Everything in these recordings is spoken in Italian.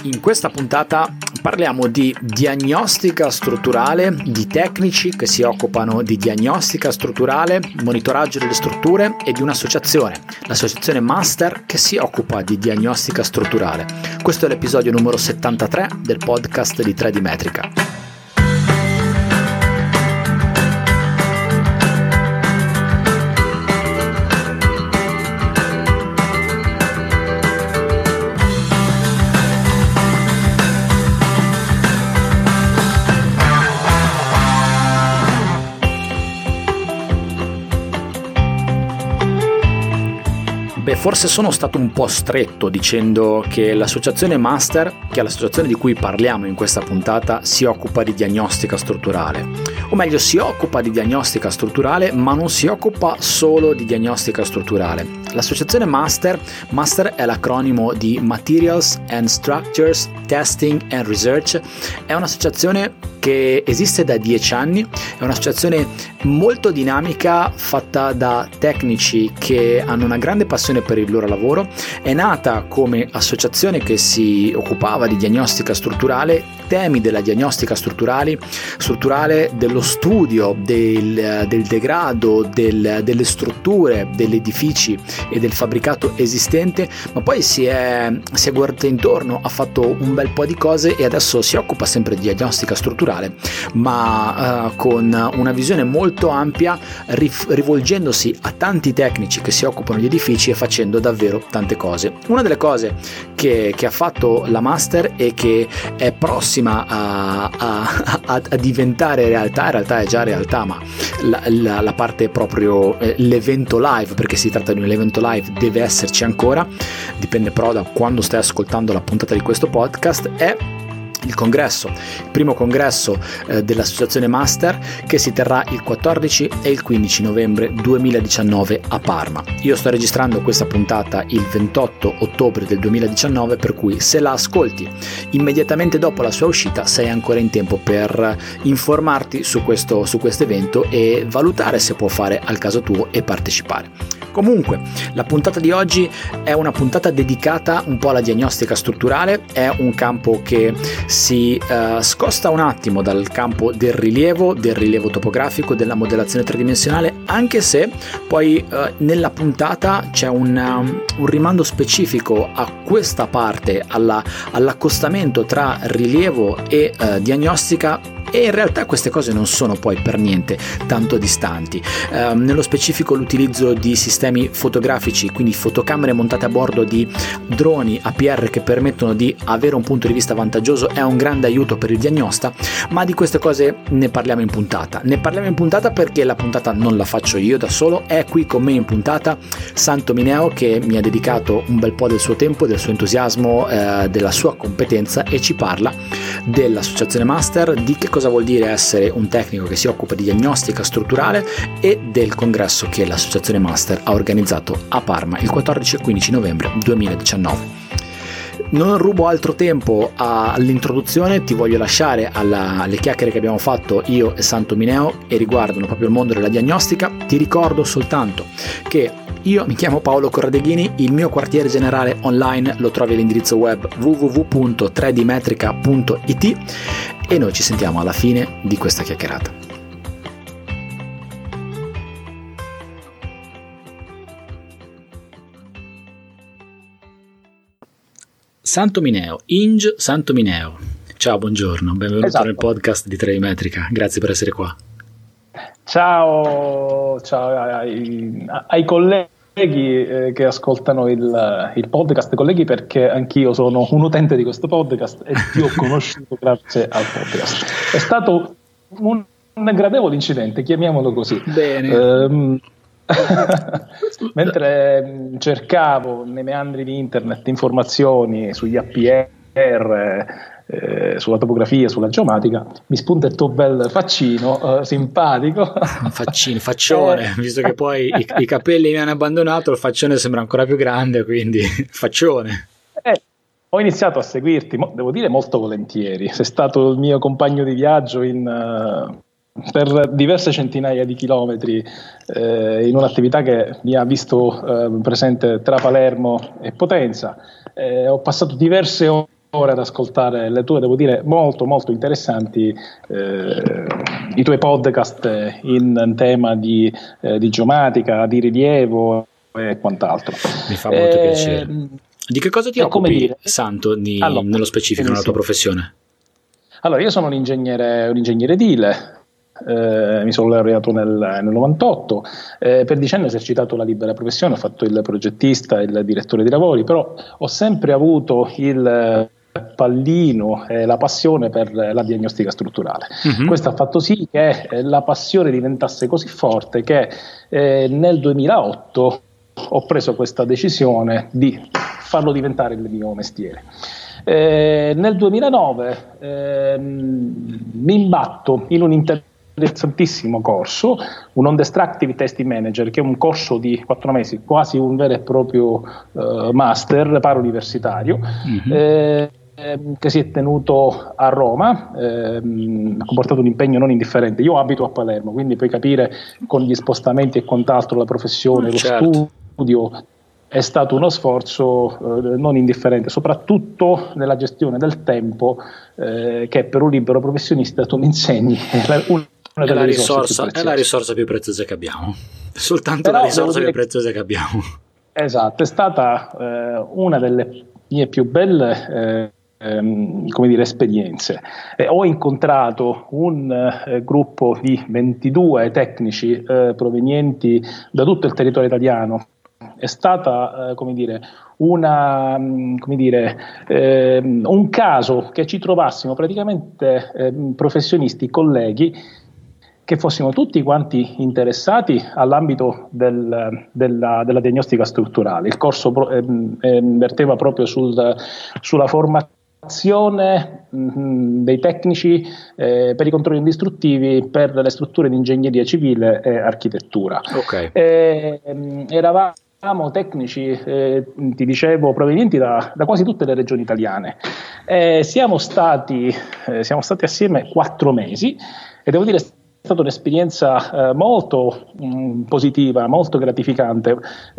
In questa puntata parliamo di diagnostica strutturale, di tecnici che si occupano di diagnostica strutturale, monitoraggio delle strutture e di un'associazione, l'associazione Master, che si occupa di diagnostica strutturale. Questo è l'episodio numero 73 del podcast di 3D Metrica. Forse sono stato un po' stretto dicendo che l'associazione Master, che è l'associazione di cui parliamo in questa puntata, si occupa di diagnostica strutturale. O meglio, si occupa di diagnostica strutturale, ma non si occupa solo di diagnostica strutturale. L'associazione Master è l'acronimo di Materials and Structures Testing and Research, è un'associazione che esiste da 10 anni, è un'associazione molto dinamica fatta da tecnici che hanno una grande passione per il loro lavoro. È nata come associazione che si occupava di diagnostica strutturale, temi della diagnostica strutturale, dello studio, del degrado, delle strutture, degli edifici e del fabbricato esistente, ma poi si è guardato intorno, ha fatto un bel po' di cose e adesso si occupa sempre di diagnostica strutturale, ma con una visione molto ampia, rivolgendosi a tanti tecnici che si occupano di edifici e facendo davvero tante cose. Una delle cose che ha fatto la Master e che è prossima a diventare realtà, in realtà è già realtà, ma la parte proprio l'evento live, perché si tratta di un evento live, deve esserci ancora, dipende però da quando stai ascoltando la puntata di questo podcast, è il congresso, il primo congresso dell'associazione Master, che si terrà il 14 e il 15 novembre 2019 a Parma. Io sto registrando questa puntata il 28 ottobre del 2019, per cui se la ascolti immediatamente dopo la sua uscita sei ancora in tempo per informarti su questo evento e valutare se può fare al caso tuo e partecipare. Comunque, la puntata di oggi è una puntata dedicata un po' alla diagnostica strutturale, è un campo che si scosta un attimo dal campo del rilievo topografico, della modellazione tridimensionale, anche se poi nella puntata c'è un rimando specifico a questa parte, all'accostamento tra rilievo e diagnostica. E in realtà queste cose non sono poi per niente tanto distanti. Nello specifico l'utilizzo di sistemi fotografici, quindi fotocamere montate a bordo di droni APR che permettono di avere un punto di vista vantaggioso, è un grande aiuto per il diagnosta, ma di queste cose ne parliamo in puntata. Ne parliamo in puntata perché la puntata non la faccio io da solo, è qui con me in puntata Santo Mineo, che mi ha dedicato un bel po' del suo tempo, del suo entusiasmo, della sua competenza, e ci parla dell'associazione Master, di che cosa vuol dire essere un tecnico che si occupa di diagnostica strutturale e del congresso che l'associazione Master ha organizzato a Parma il 14 e 15 novembre 2019. Non rubo altro tempo all'introduzione, ti voglio lasciare alle chiacchiere che abbiamo fatto io e Santo Mineo e riguardano proprio il mondo della diagnostica. Ti ricordo soltanto che io mi chiamo Paolo Corradeghini, il mio quartiere generale online lo trovi all'indirizzo web www.3dmetrica.it e noi ci sentiamo alla fine di questa chiacchierata. Santo Mineo, Inge Santo Mineo. Ciao, buongiorno, benvenuto nel podcast di 3D Metrica, grazie per essere qua. Ciao ai colleghi che ascoltano il podcast, colleghi, perché anch'io sono un utente di questo podcast e ti ho conosciuto grazie al podcast. È stato un gradevole incidente, chiamiamolo così. Bene. Mentre cercavo nei meandri di internet informazioni sugli APR, sulla topografia, sulla geomatica, mi spunta il tuo bel faccino simpatico. Faccione, visto che poi i capelli mi hanno abbandonato, il faccione sembra ancora più grande, quindi faccione. Ho iniziato a seguirti, devo dire molto volentieri, sei stato il mio compagno di viaggio per diverse centinaia di chilometri in un'attività che mi ha visto presente tra Palermo e Potenza. Ho passato diverse ad ascoltare le tue, devo dire, molto molto interessanti i tuoi podcast in tema di geomatica, di rilievo e quant'altro. Mi fa molto piacere. Di che cosa ti occupi, Santo, nello specifico, nella tua professione? Allora, io sono un ingegnere edile, mi sono laureato nel 98, per decenni ho esercitato la libera professione, ho fatto il progettista, il direttore di lavori, però ho sempre avuto il pallino e la passione per la diagnostica strutturale. Questo ha fatto sì che la passione diventasse così forte che nel 2008 ho preso questa decisione di farlo diventare il mio mestiere. Nel 2009 mi imbatto in un interessantissimo corso, un On-Destructive Testing Manager, che è un corso di 4 mesi, quasi un vero e proprio master parauniversitario, che si è tenuto a Roma, ha comportato un impegno non indifferente. Io abito a Palermo, quindi puoi capire, con gli spostamenti e quant'altro, la professione, lo studio, è stato uno sforzo non indifferente, soprattutto nella gestione del tempo, che per un libero professionista, tu mi insegni, è la risorsa più preziosa che abbiamo. Soltanto la risorsa più preziosa che abbiamo. Esatto, è stata una delle mie più belle esperienze. Ho incontrato un gruppo di 22 tecnici provenienti da tutto il territorio italiano. È stata un caso che ci trovassimo praticamente professionisti, colleghi, che fossimo tutti quanti interessati all'ambito della diagnostica strutturale. Il corso verteva proprio sulla formazione dei tecnici per i controlli distruttivi per le strutture di ingegneria civile e architettura. Okay. Eravamo tecnici, ti dicevo, provenienti da quasi tutte le regioni italiane. Siamo stati assieme 4 mesi e devo dire è stata un'esperienza molto positiva, molto gratificante.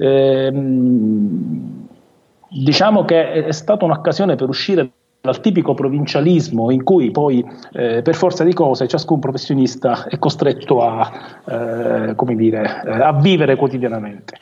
Diciamo che è stata un'occasione per uscire dal tipico provincialismo in cui poi per forza di cose ciascun professionista è costretto a vivere quotidianamente.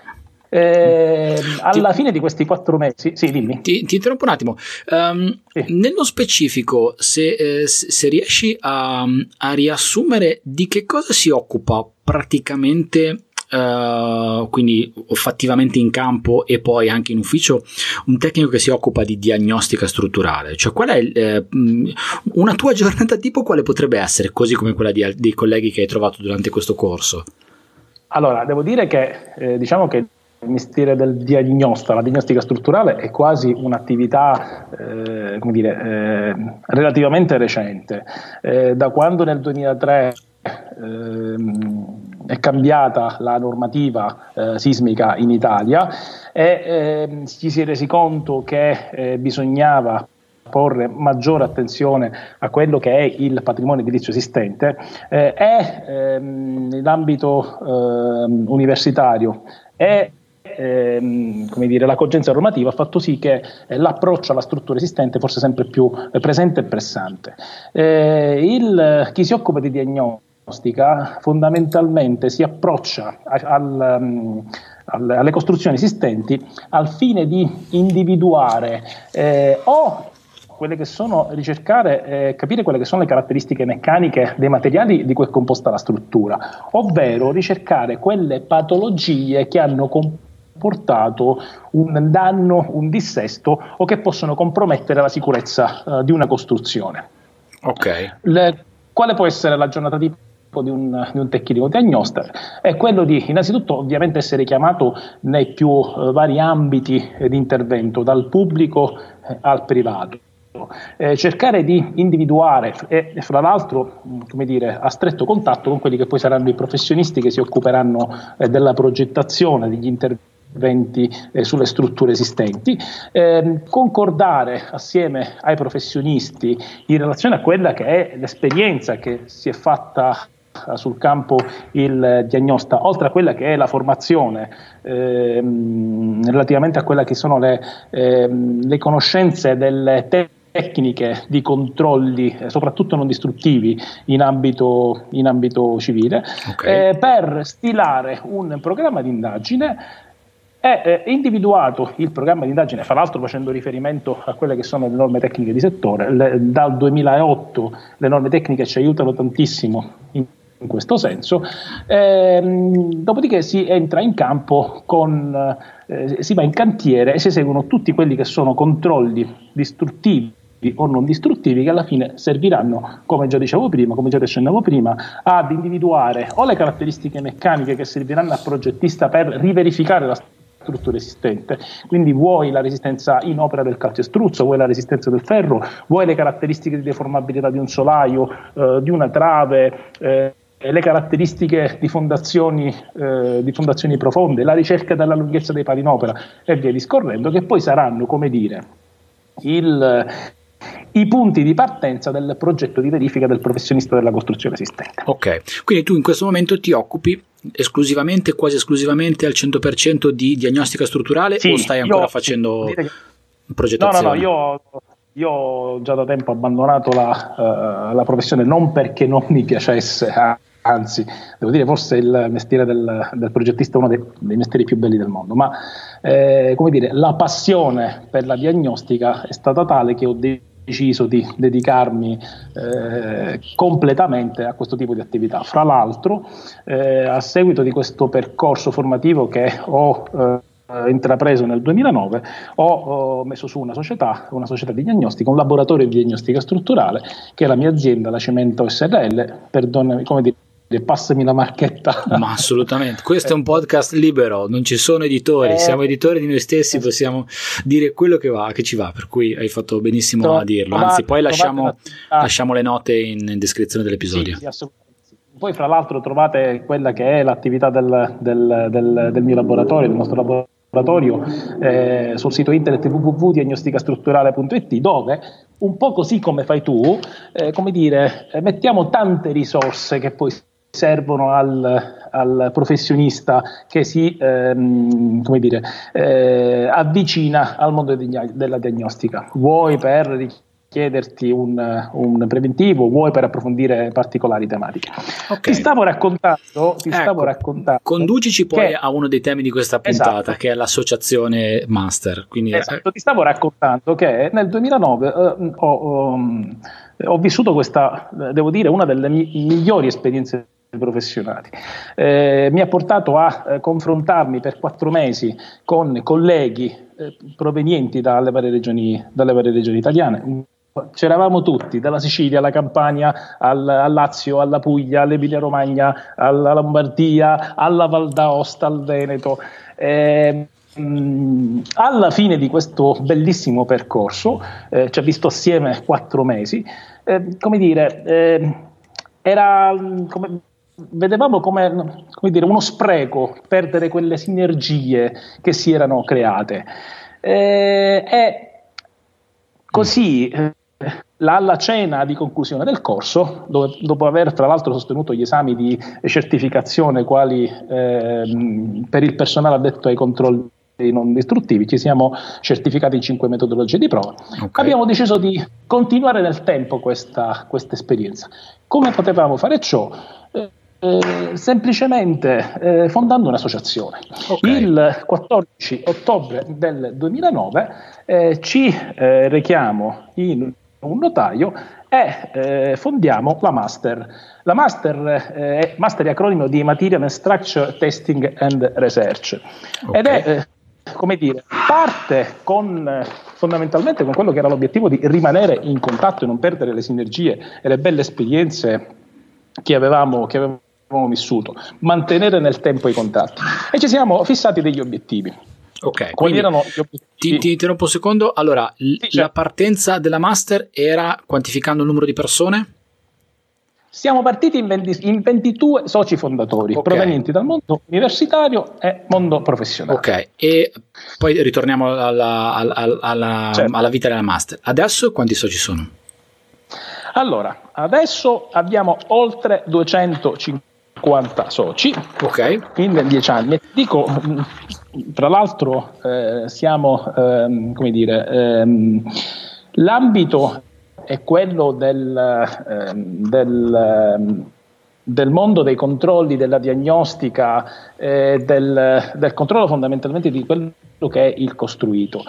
Alla fine di questi 4 mesi, sì, dimmi. Ti interrompo un attimo. Sì. Nello specifico, se riesci a riassumere di che cosa si occupa praticamente, quindi fattivamente in campo e poi anche in ufficio, un tecnico che si occupa di diagnostica strutturale, cioè qual è una tua giornata tipo, quale potrebbe essere, così come quella dei colleghi che hai trovato durante questo corso? Allora, devo dire che diciamo che il mestiere del diagnosta, la diagnostica strutturale, è quasi un'attività relativamente recente. Da quando nel 2003 è cambiata la normativa sismica in Italia e ci si è resi conto che bisognava porre maggiore attenzione a quello che è il patrimonio edilizio esistente, l'ambito universitario e la cogenza normativa ha fatto sì che l'approccio alla struttura esistente fosse sempre più presente e pressante. Chi si occupa di diagnostica fondamentalmente si approccia alle costruzioni esistenti al fine di individuare o quelle che sono, ricercare, capire quelle che sono le caratteristiche meccaniche dei materiali di cui è composta la struttura, ovvero ricercare quelle patologie che hanno comportato un danno, un dissesto o che possono compromettere la sicurezza di una costruzione. Ok. Quale può essere la giornata di di un tecnico diagnosta? È quello di innanzitutto ovviamente essere chiamato nei più vari ambiti di intervento, dal pubblico al privato. Cercare di individuare e fra l'altro a stretto contatto con quelli che poi saranno i professionisti che si occuperanno della progettazione degli interventi sulle strutture esistenti, concordare assieme ai professionisti in relazione a quella che è l'esperienza che si è fatta sul campo il diagnosta, oltre a quella che è la formazione relativamente a quella che sono le conoscenze delle tecniche di controlli, soprattutto non distruttivi in ambito civile, per stilare un programma di indagine. È individuato il programma di indagine, fra l'altro facendo riferimento a quelle che sono le norme tecniche di settore. Dal 2008 le norme tecniche ci aiutano tantissimo in questo senso. Dopodiché si entra in campo si va in cantiere e si eseguono tutti quelli che sono controlli distruttivi o non distruttivi, che alla fine serviranno, come già dicevo prima, come già accennavo prima, ad individuare o le caratteristiche meccaniche che serviranno al progettista per riverificare la struttura esistente, quindi vuoi la resistenza in opera del calcestruzzo, vuoi la resistenza del ferro, vuoi le caratteristiche di deformabilità di un solaio, di una trave, le caratteristiche di fondazioni profonde, la ricerca della lunghezza dei pali in opera e via discorrendo, che poi saranno, come dire, i punti di partenza del progetto di verifica del professionista della costruzione esistente. Ok, quindi tu in questo momento ti occupi esclusivamente, quasi esclusivamente al 100% di diagnostica strutturale, o stai ancora facendo progettazione? No, io già da tempo ho abbandonato la professione, non perché non mi piacesse, anzi, devo dire, forse il mestiere del progettista è uno dei mestieri più belli del mondo, ma come dire, la passione per la diagnostica è stata tale che ho deciso di dedicarmi completamente a questo tipo di attività. Fra l'altro, a seguito di questo percorso formativo che ho intrapreso nel 2009, ho messo su una società di diagnostica, un laboratorio di diagnostica strutturale, che è la mia azienda, la Cemento SRL. Perdonami, come dire, passami la marchetta. Ma assolutamente, questo è un podcast libero, non ci sono editori, siamo editori di noi stessi, possiamo dire quello che ci va, per cui hai fatto benissimo a dirlo, anzi poi lasciamo le note in descrizione dell'episodio. Sì, assolutamente. Poi fra l'altro trovate quella che è l'attività del mio laboratorio, del nostro laboratorio, sul sito internet www.diagnosticastrutturale.it, dove, un po' così come fai tu, come dire, mettiamo tante risorse che poi servono al professionista che si avvicina al mondo della diagnostica, vuoi per chiederti un preventivo, vuoi per approfondire particolari tematiche. Okay. Ti stavo raccontando conducici poi a uno dei temi di questa puntata, esatto, che è l'associazione Master. Quindi ti stavo raccontando che nel 2009 ho vissuto questa, devo dire, una delle migliori esperienze professionali. Mi ha portato a confrontarmi per 4 mesi con colleghi provenienti dalle varie regioni italiane. C'eravamo tutti, dalla Sicilia alla Campania, al Lazio, alla Puglia, all'Emilia Romagna, alla Lombardia, alla Val d'Aosta, al Veneto. Alla fine di questo bellissimo percorso, ci ha visto assieme 4 mesi, vedevamo come dire, uno spreco perdere quelle sinergie che si erano create. E così, alla cena di conclusione del corso, dopo aver tra l'altro sostenuto gli esami di certificazione quali per il personale addetto ai controlli non distruttivi, ci siamo certificati in 5 metodologie di prova. Okay. Abbiamo deciso di continuare nel tempo questa esperienza. Come potevamo fare ciò? Semplicemente fondando un'associazione. Okay. Il 14 ottobre del 2009 ci rechiamo in un notaio e fondiamo la Master. La Master è acronimo di Material and Structure Testing and Research. Okay. Ed è come dire, parte fondamentalmente con quello che era l'obiettivo di rimanere in contatto e non perdere le sinergie e le belle esperienze che avevamo vissuto, mantenere nel tempo i contatti, e ci siamo fissati degli obiettivi. Ok, quali erano gli obiettivi? Ti interrompo un secondo. Allora, la partenza della Master era quantificando il numero di persone? Siamo partiti in 22 soci fondatori, okay, provenienti dal mondo universitario e mondo professionale. Ok, e poi ritorniamo alla vita della Master. Adesso quanti soci sono? Allora, adesso abbiamo oltre 250 soci in 10 anni. Dico, tra l'altro, siamo, come dire, l'ambito è quello del mondo dei controlli, della diagnostica, del controllo fondamentalmente di quello che è il costruito.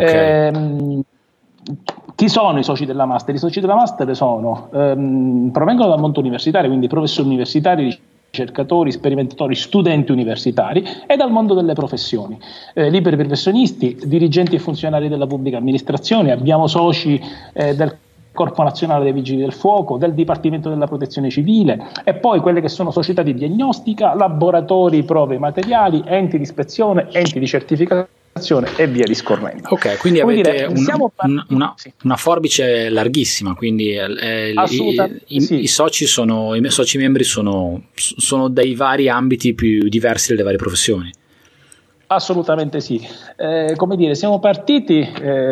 Chi sono i soci della Master? I soci della Master provengono dal mondo universitario, quindi professori universitari, ricercatori, sperimentatori, studenti universitari, e dal mondo delle professioni, liberi professionisti, dirigenti e funzionari della pubblica amministrazione. Abbiamo soci del Corpo Nazionale dei Vigili del Fuoco, del Dipartimento della Protezione Civile, e poi quelle che sono società di diagnostica, laboratori, prove materiali, enti di ispezione, enti di certificazione e via discorrendo. Ok, quindi avete una forbice larghissima, quindi i miei soci membri sono dai vari ambiti più diversi delle varie professioni. Assolutamente sì. Come dire, siamo partiti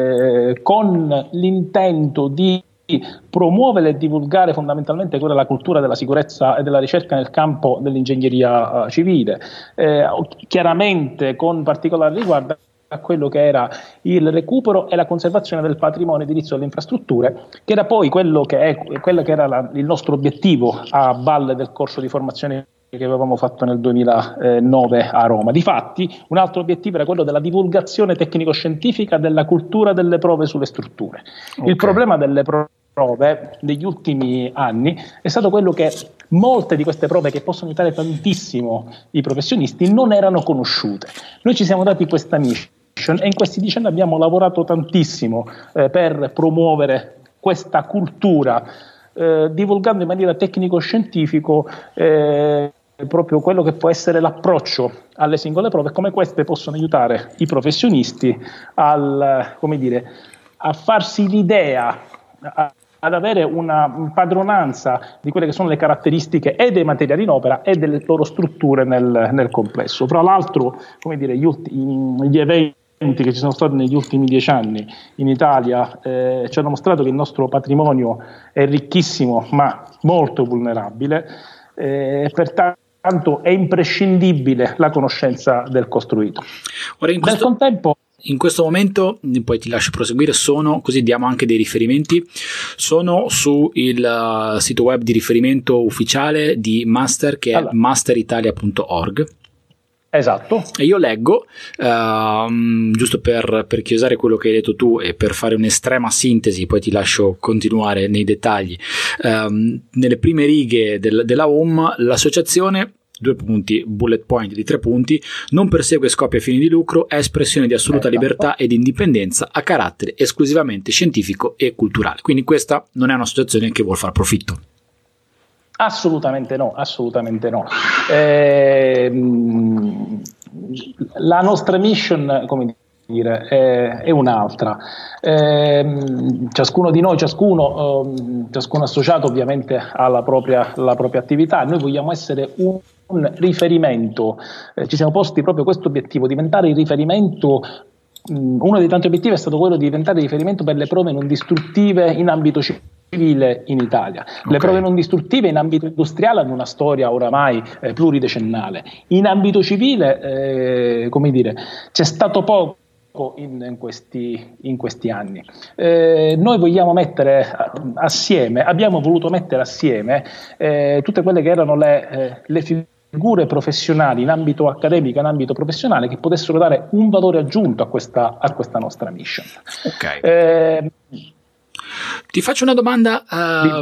con l'intento di promuovere e divulgare fondamentalmente quella la cultura della sicurezza e della ricerca nel campo dell'ingegneria civile, chiaramente con particolare riguardo a quello che era il recupero e la conservazione del patrimonio edilizio delle infrastrutture, che era poi quello che era il nostro obiettivo a valle del corso di formazione che avevamo fatto nel 2009 a Roma. Difatti, un altro obiettivo era quello della divulgazione tecnico-scientifica della cultura delle prove sulle strutture. Il problema delle prove degli ultimi anni è stato quello che molte di queste prove, che possono aiutare tantissimo i professionisti, non erano conosciute. Noi ci siamo dati questa mission e in questi 10 anni abbiamo lavorato tantissimo per promuovere questa cultura, divulgando in maniera tecnico-scientifico proprio quello che può essere l'approccio alle singole prove, come queste possono aiutare i professionisti a farsi l'idea, ad avere una padronanza di quelle che sono le caratteristiche e dei materiali in opera e delle loro strutture nel complesso. Fra l'altro, gli eventi che ci sono stati negli ultimi 10 anni in Italia ci hanno mostrato che il nostro patrimonio è ricchissimo ma molto vulnerabile, pertanto è imprescindibile la conoscenza del costruito. Ora, in questo momento, poi ti lascio proseguire, così diamo anche dei riferimenti, sono su il sito web di riferimento ufficiale di Master, che è masteritalia.org. Esatto. E io leggo, giusto per chiusare quello che hai detto tu e per fare un'estrema sintesi, poi ti lascio continuare nei dettagli, nelle prime righe della home, l'associazione, 2 punti, bullet point di 3 punti, non persegue scopi a fini di lucro, è espressione di assoluta libertà ed indipendenza a carattere esclusivamente scientifico e culturale. Quindi questa non è un'associazione che vuol far profitto. Assolutamente no. La nostra mission, come dire, è un'altra. Ciascuno di noi, ciascuno associato ovviamente ha la propria attività. Noi vogliamo essere un riferimento, ci siamo posti proprio questo obiettivo, diventare il riferimento. Uno dei tanti obiettivi è stato quello di diventare riferimento per le prove non distruttive in ambito civile in Italia. Le prove non distruttive in ambito industriale hanno una storia oramai pluridecennale. In ambito civile, c'è stato poco in questi anni. Noi vogliamo abbiamo voluto mettere assieme tutte quelle che erano le figure professionali in ambito accademico e in ambito professionale che potessero dare un valore aggiunto a questa nostra mission. Ti faccio una domanda, è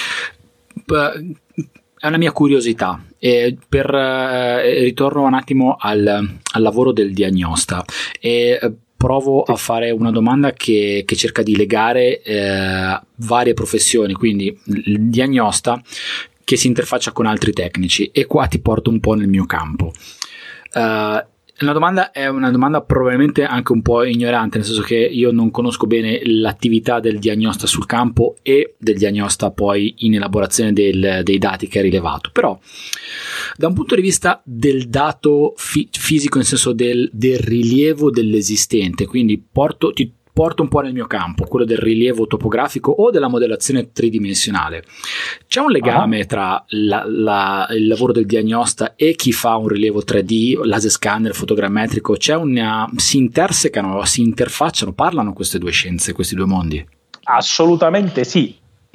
una mia curiosità, ritorno un attimo al lavoro del diagnosta e provo a fare una domanda che cerca di legare varie professioni, quindi il diagnosta che si interfaccia con altri tecnici, e qua ti porto un po' nel mio campo. La domanda è una domanda probabilmente anche un po' ignorante, nel senso che io non conosco bene l'attività del diagnosta sul campo e del diagnosta poi in elaborazione dei dati che ha rilevato, però da un punto di vista del dato fisico, nel senso del rilievo dell'esistente, quindi porto un po' nel mio campo, quello del rilievo topografico o della modellazione tridimensionale. C'è un legame tra il lavoro del diagnosta e chi fa un rilievo 3D, laser scanner, fotogrammetrico? Si intersecano, si interfacciano, parlano queste due scienze, questi due mondi? Assolutamente sì,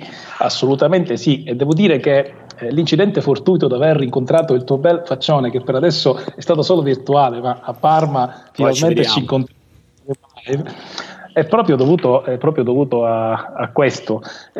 e devo dire che l'incidente fortuito di aver incontrato il tuo bel faccione, che per adesso è stato solo virtuale, ma a Parma finalmente ci incontriamo, è proprio dovuto a questo.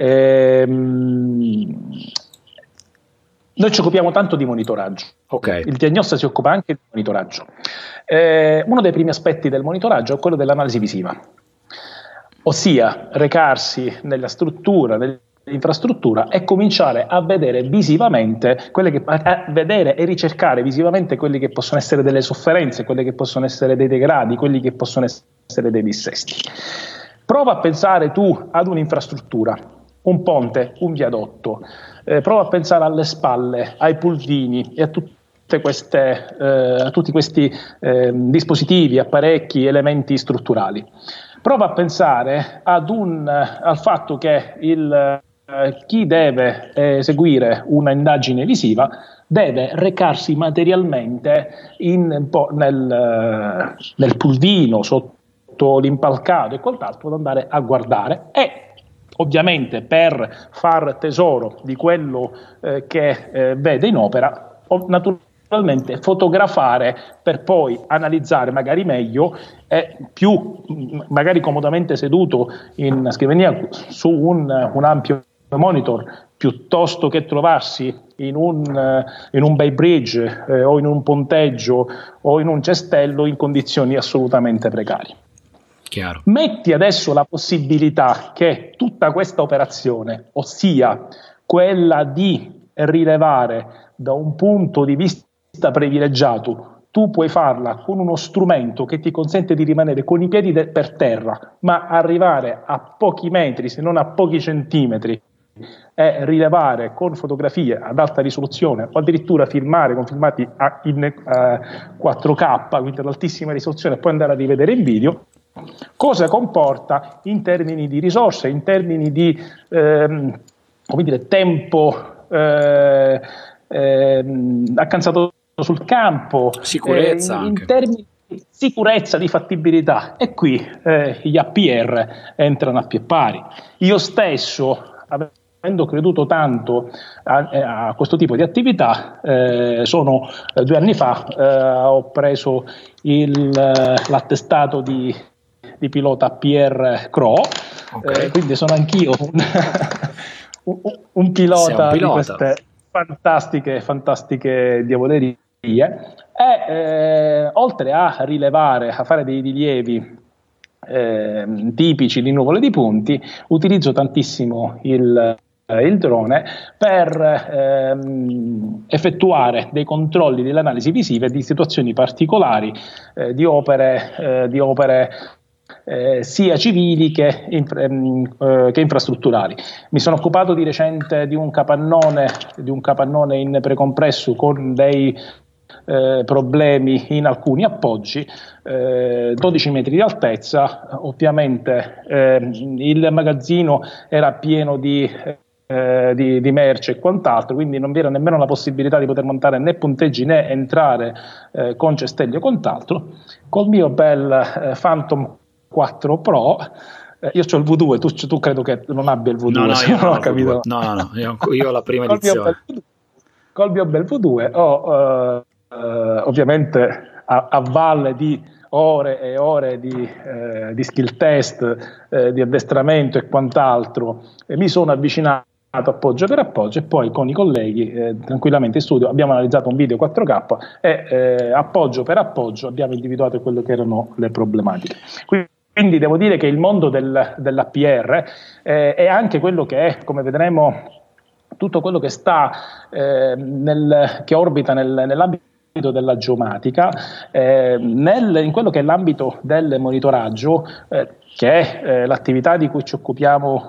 Noi ci occupiamo tanto di monitoraggio. Okay. Il diagnosta si occupa anche di monitoraggio. Uno dei primi aspetti del monitoraggio è quello dell'analisi visiva, ossia recarsi nella struttura, nell'infrastruttura e cominciare a vedere visivamente a vedere e ricercare visivamente quelli che possono essere delle sofferenze, quelli che possono essere dei degradi, quelli che possono essere dei dissesti. Prova a pensare tu ad un'infrastruttura, un ponte, un viadotto, prova a pensare alle spalle, ai pulvini e a tutti questi dispositivi, apparecchi, elementi strutturali. Prova a pensare al fatto che chi deve eseguire una indagine visiva deve recarsi materialmente nel pulvino, sotto l'impalcato e quant'altro, ad andare a guardare e ovviamente per far tesoro di quello che vede in opera, naturalmente fotografare per poi analizzare magari meglio e più magari comodamente seduto in scrivania su un ampio monitor, piuttosto che trovarsi in un bay bridge o in un ponteggio o in un cestello in condizioni assolutamente precarie. Chiaro. Metti adesso la possibilità che tutta questa operazione, ossia quella di rilevare da un punto di vista privilegiato, tu puoi farla con uno strumento che ti consente di rimanere con i piedi per terra, ma arrivare a pochi metri, se non a pochi centimetri, e rilevare con fotografie ad alta risoluzione o addirittura filmare con filmati in 4K, quindi ad altissima risoluzione, e poi andare a rivedere in video. Cosa comporta in termini di risorse, in termini di tempo accanzato sul campo, sicurezza in termini di sicurezza, di fattibilità, e qui gli APR entrano a pie pari. Io stesso, avendo creduto tanto a questo tipo di attività, 2 anni fa ho preso l'attestato di pilota APR CRO, okay. Quindi sono anch'io un pilota di queste fantastiche diavolerie, e oltre a rilevare, a fare dei rilievi tipici di nuvole di punti, utilizzo tantissimo il drone per effettuare dei controlli dell'analisi visiva di situazioni particolari, di opere sia civili che infrastrutturali. Mi sono occupato di recente di un capannone in precompresso con dei problemi in alcuni appoggi, 12 metri di altezza. Ovviamente il magazzino era pieno di merce e quant'altro, quindi non vi era nemmeno la possibilità di poter montare né punteggi né entrare con cestelli o quant'altro. Col mio bel Phantom 4 Pro, io ho il V2, tu credo che non abbia il V2, io non ho capito. No, io ho la prima edizione. Col mio bel V2 ho ovviamente a valle di ore e ore di skill test, di addestramento e quant'altro, mi sono avvicinato appoggio per appoggio, e poi con i colleghi tranquillamente in studio abbiamo analizzato un video 4K e appoggio per appoggio abbiamo individuato quello che erano le problematiche. Quindi devo dire che il mondo dell'APR è anche quello che è, come vedremo, tutto quello che sta che orbita nell'ambito della geomatica, in quello che è l'ambito del monitoraggio, che è l'attività di cui ci occupiamo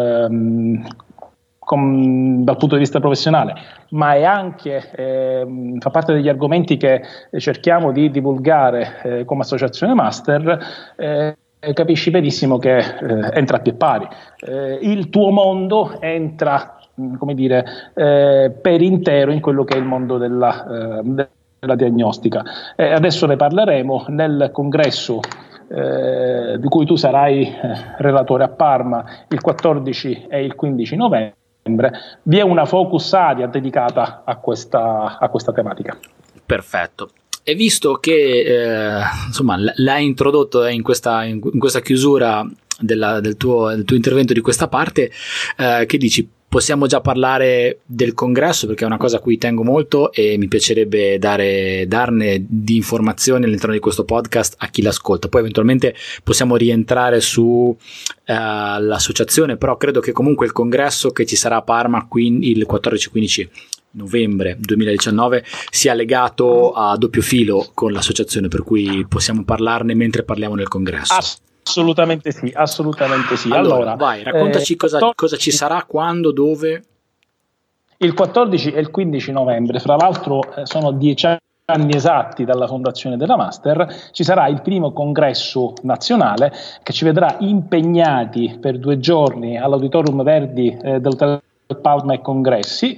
dal punto di vista professionale, ma è anche fa parte degli argomenti che cerchiamo di divulgare come associazione master. capisci benissimo che entra a pie pari. Il tuo mondo entra, come dire, per intero in quello che è il mondo della diagnostica. Adesso ne parleremo nel congresso di cui tu sarai relatore a Parma il 14 e il 15 novembre. Vi è una focus area dedicata a questa tematica. Perfetto. E visto che insomma l'hai introdotto in questa chiusura del tuo intervento di questa parte, che dici? Possiamo già parlare del congresso, perché è una cosa a cui tengo molto e mi piacerebbe darne di informazioni all'interno di questo podcast a chi l'ascolta. Poi eventualmente possiamo rientrare su l'associazione, però credo che comunque il congresso che ci sarà a Parma il 14-15 novembre 2019 sia legato a doppio filo con l'associazione, per cui possiamo parlarne mentre parliamo del congresso. Assolutamente sì. Allora vai, raccontaci cosa ci sarà, quando, dove. Il 14 e il 15 novembre, fra l'altro sono 10 anni esatti dalla fondazione della Master, ci sarà il primo congresso nazionale che ci vedrà impegnati per 2 giorni all'Auditorium Verdi dell'Hotel Palma e Congressi,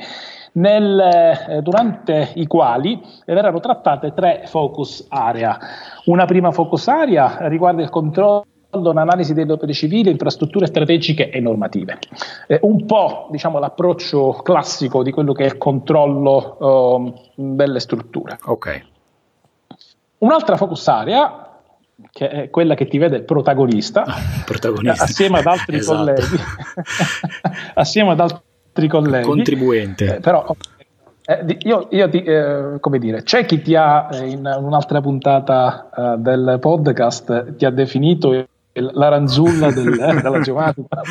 durante i quali verranno trattate 3 focus area. Una prima focus area riguarda il controllo, un'analisi delle opere civili, infrastrutture strategiche e normative. Un po', diciamo, l'approccio classico di quello che è il controllo delle strutture. Ok. Un'altra focus area, che è quella che ti vede protagonista. Assieme ad altri esatto. colleghi, contribuente. Però come dire, c'è chi ti ha in un'altra puntata del podcast ti ha definito la ranzulla della giornata.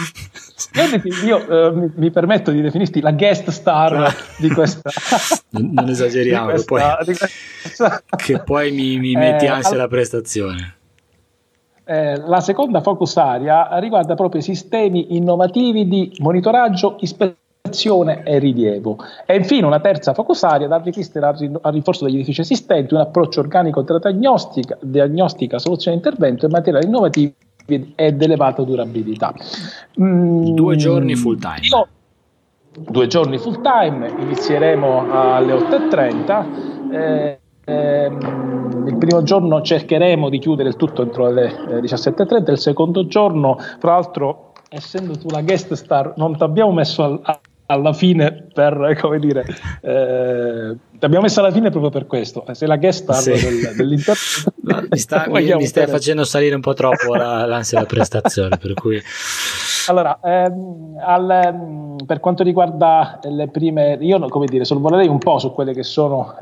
Io mi permetto di definirti la guest star di questa. Non esageriamo, che poi mi metti ansia la prestazione. La seconda focus area riguarda proprio i sistemi innovativi di monitoraggio, ispezione e rilievo. E infine una terza focus area da resistere al rinforzo degli edifici esistenti, un approccio organico tra diagnostica, soluzione di intervento e materiali innovativi ed elevata durabilità. 2 giorni full time. 2 giorni full time, inizieremo alle 8:30. Il primo giorno cercheremo di chiudere il tutto entro le 17:30. Il secondo giorno, fra l'altro, essendo tu la guest star, non ti abbiamo messo alla fine per, come dire, ti abbiamo messo alla fine proprio per questo. Sei la guest star dell'intervento. Mi stai facendo salire un po' troppo l'ansia della prestazione, per cui. Allora, per quanto riguarda le prime, io, come dire, sorvolerei un po' su quelle che sono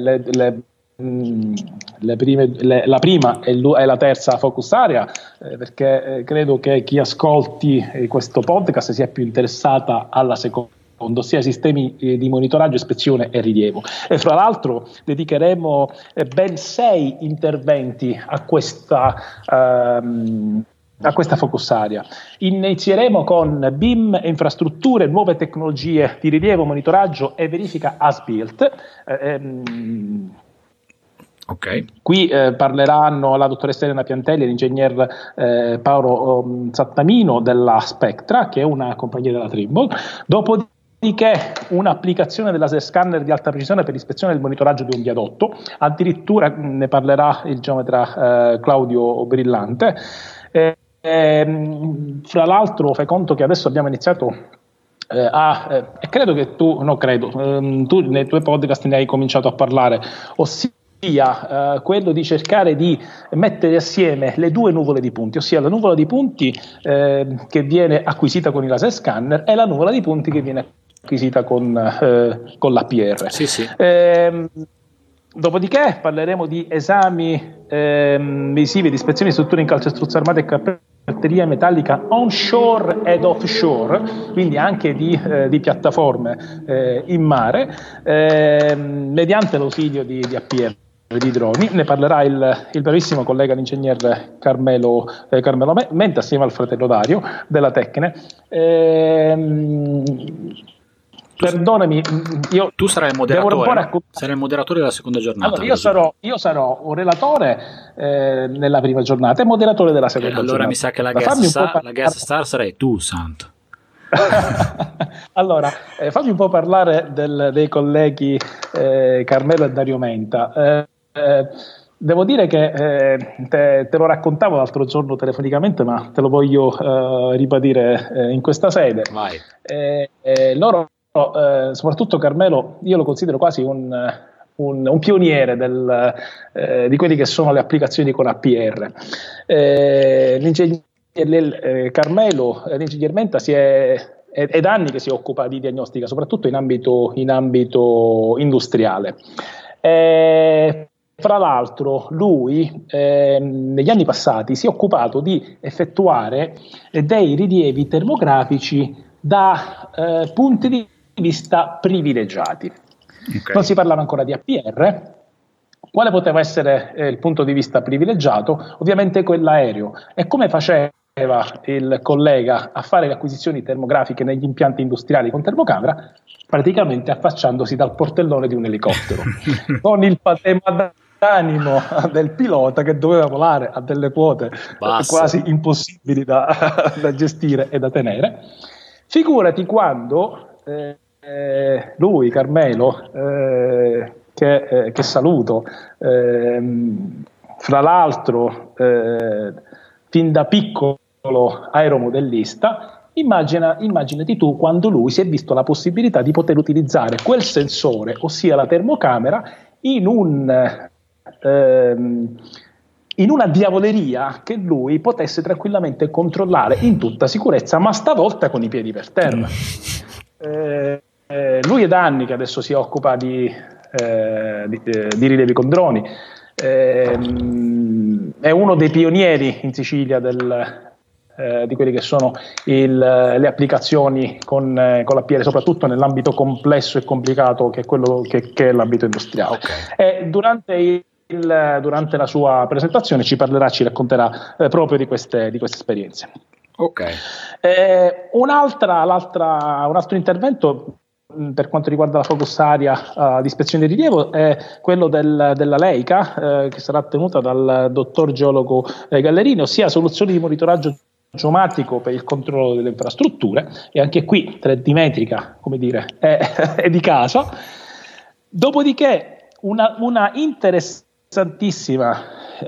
la prima e la terza focus area, perché credo che chi ascolti questo podcast sia più interessata alla seconda, ossia sistemi di monitoraggio, ispezione e rilievo. E fra l'altro dedicheremo ben 6 interventi a questa focus area. Inizieremo con BIM, infrastrutture, nuove tecnologie di rilievo, monitoraggio e verifica as-built. Okay. Qui parleranno la dottoressa Elena Piantelli e l'ingegner Paolo Zattamino della Spectra, che è una compagnia della Trimble. Dopodiché un'applicazione della laser scanner di alta precisione per l'ispezione e il monitoraggio di un viadotto, addirittura ne parlerà il geometra Claudio Brillante. Fra l'altro fai conto che adesso abbiamo iniziato e credo che tu nei tuoi podcast ne hai cominciato a parlare, ossia quello di cercare di mettere assieme le 2 nuvole di punti, ossia la nuvola di punti che viene acquisita con il laser scanner e la nuvola di punti che viene acquisita con l'APR. Sì. Dopodiché parleremo di esami visivi, di ispezioni di strutture in calcestruzzo armate e carpelleria metallica onshore ed offshore, quindi anche di piattaforme in mare, mediante l'ausilio di APR, di droni. Ne parlerà il bravissimo collega l'ingegner Carmelo Menta assieme al fratello Dario della Tecne. perdonami, io tu sarai il moderatore, no? Sarai il moderatore della seconda giornata. Allora, io sarò un relatore nella prima giornata e moderatore della seconda giornata. Allora mi sa che la guest star sarai tu, Santo. Allora, fammi un po' parlare dei colleghi Carmelo e Dario Menta. Devo dire che te lo raccontavo l'altro giorno telefonicamente, ma te lo voglio ribadire in questa sede. Vai. Loro, soprattutto Carmelo, io lo considero quasi un pioniere di quelli che sono le applicazioni con APR. Carmelo, l'ingegner Menta, è da anni che si occupa di diagnostica, soprattutto in ambito industriale. Fra l'altro lui negli anni passati si è occupato di effettuare dei rilievi termografici da punti di vista privilegiati. Okay. Non si parlava ancora di APR. Quale poteva essere il punto di vista privilegiato? Ovviamente quello aereo. E come faceva il collega a fare le acquisizioni termografiche negli impianti industriali con termocamera? Praticamente affacciandosi dal portellone di un elicottero con il patema d'animo del pilota che doveva volare a delle quote quasi impossibili da gestire e da tenere. Figurati quando lui, Carmelo, che saluto, fra l'altro fin da piccolo aeromodellista, immaginati tu quando lui si è visto la possibilità di poter utilizzare quel sensore, ossia la termocamera, in una diavoleria che lui potesse tranquillamente controllare in tutta sicurezza, ma stavolta con i piedi per terra. Lui è da anni che adesso si occupa di rilevi con droni, è uno dei pionieri in Sicilia di quelli che sono le applicazioni con l'APR, soprattutto nell'ambito complesso e complicato che è quello che è l'ambito industriale. Okay. E durante la sua presentazione ci racconterà proprio di queste esperienze. Okay. Un altro intervento per quanto riguarda la focus area di ispezione di rilievo è quello della Leica, che sarà tenuta dal dottor geologo Gallerini, ossia soluzioni di monitoraggio geomatico per il controllo delle infrastrutture, e anche qui 3D metrica, come dire, è di casa. Dopodiché una interessantissima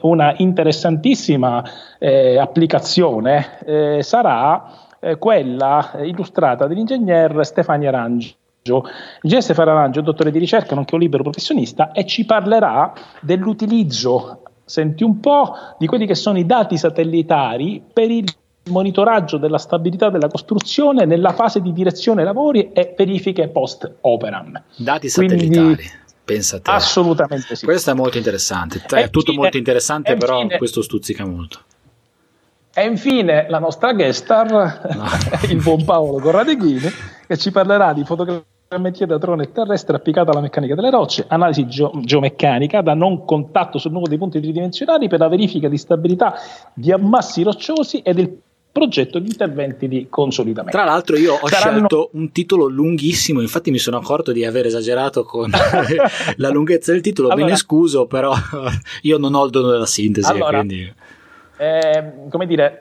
applicazione sarà quella illustrata dall'ingegner Stefano Arangio. L'ingegner Stefano Arangio è dottore di ricerca nonché un libero professionista e ci parlerà dell'utilizzo, senti un po', di quelli che sono i dati satellitari per il monitoraggio della stabilità della costruzione nella fase di direzione lavori e verifiche post operam. Dati satellitari. Pensa a te. Assolutamente sì. Questo è molto interessante. È tutto molto interessante, però questo stuzzica molto. E infine la nostra guest star, il buon Paolo Corradeghini, che ci parlerà di fotogrammetria da drone terrestre applicata alla meccanica delle rocce, analisi geomeccanica da non contatto sul numero dei punti tridimensionali per la verifica di stabilità di ammassi rocciosi e del progetto di interventi di consolidamento. Tra l'altro io ho scelto un titolo lunghissimo, infatti mi sono accorto di aver esagerato con la lunghezza del titolo, me ne scuso, però io non ho il dono della sintesi, quindi... come dire,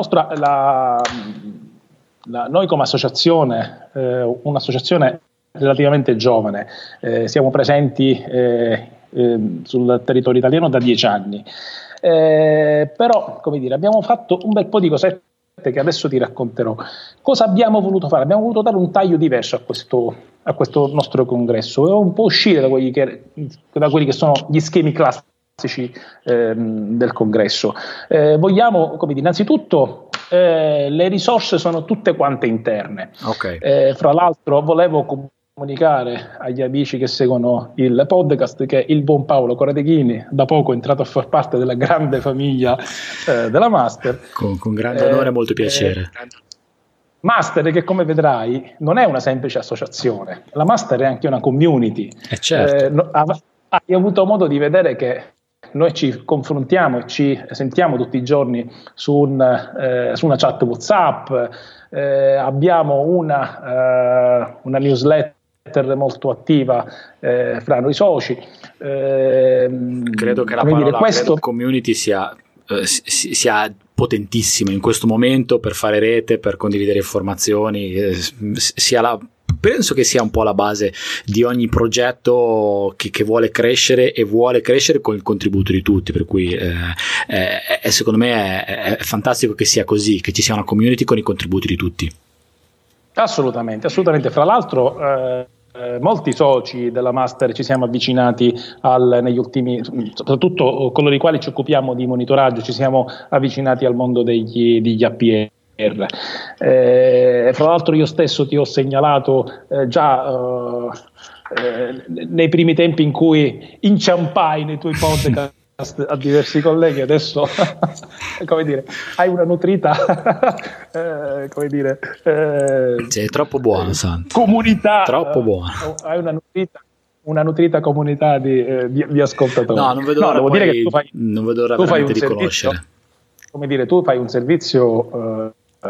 noi come associazione, un'associazione relativamente giovane, siamo presenti sul territorio italiano da 10 anni, però, come dire, abbiamo fatto un bel po' di cosette che adesso ti racconterò. Cosa abbiamo voluto fare? Abbiamo voluto dare un taglio diverso a questo nostro congresso, un po' uscire da quelli che sono gli schemi classici del congresso. Vogliamo, come dire, innanzitutto le risorse sono tutte quante interne. Okay. Fra l'altro volevo comunicare agli amici che seguono il podcast che il buon Paolo Corradeghini da poco è entrato a far parte della grande famiglia della Master. Con grande onore e molto piacere. Master, che come vedrai non è una semplice associazione, la Master è anche una community. Certo. Hai avuto modo di vedere che noi ci confrontiamo e ci sentiamo tutti i giorni su una chat WhatsApp, abbiamo una newsletter molto attiva fra noi soci. Credo che la parola community sia potentissima in questo momento per fare rete, per condividere informazioni, penso che sia un po' la base di ogni progetto che vuole crescere, e vuole crescere con il contributo di tutti, per cui secondo me è fantastico che sia così, che ci sia una community con i contributi di tutti. Assolutamente. Fra l'altro molti soci della Master ci siamo avvicinati negli ultimi, soprattutto coloro i quali ci occupiamo di monitoraggio, ci siamo avvicinati al mondo degli APR. Fra l'altro io stesso ti ho segnalato già nei primi tempi in cui inciampai nei tuoi podcast a diversi colleghi, adesso come dire, hai una nutrita sei troppo buono, Santo. Comunità, troppo buono. Hai una nutrita comunità di ascoltatori. No, non vedo l'ora, devo dire che non vedo l'ora veramente di conoscere. Come dire, tu fai un servizio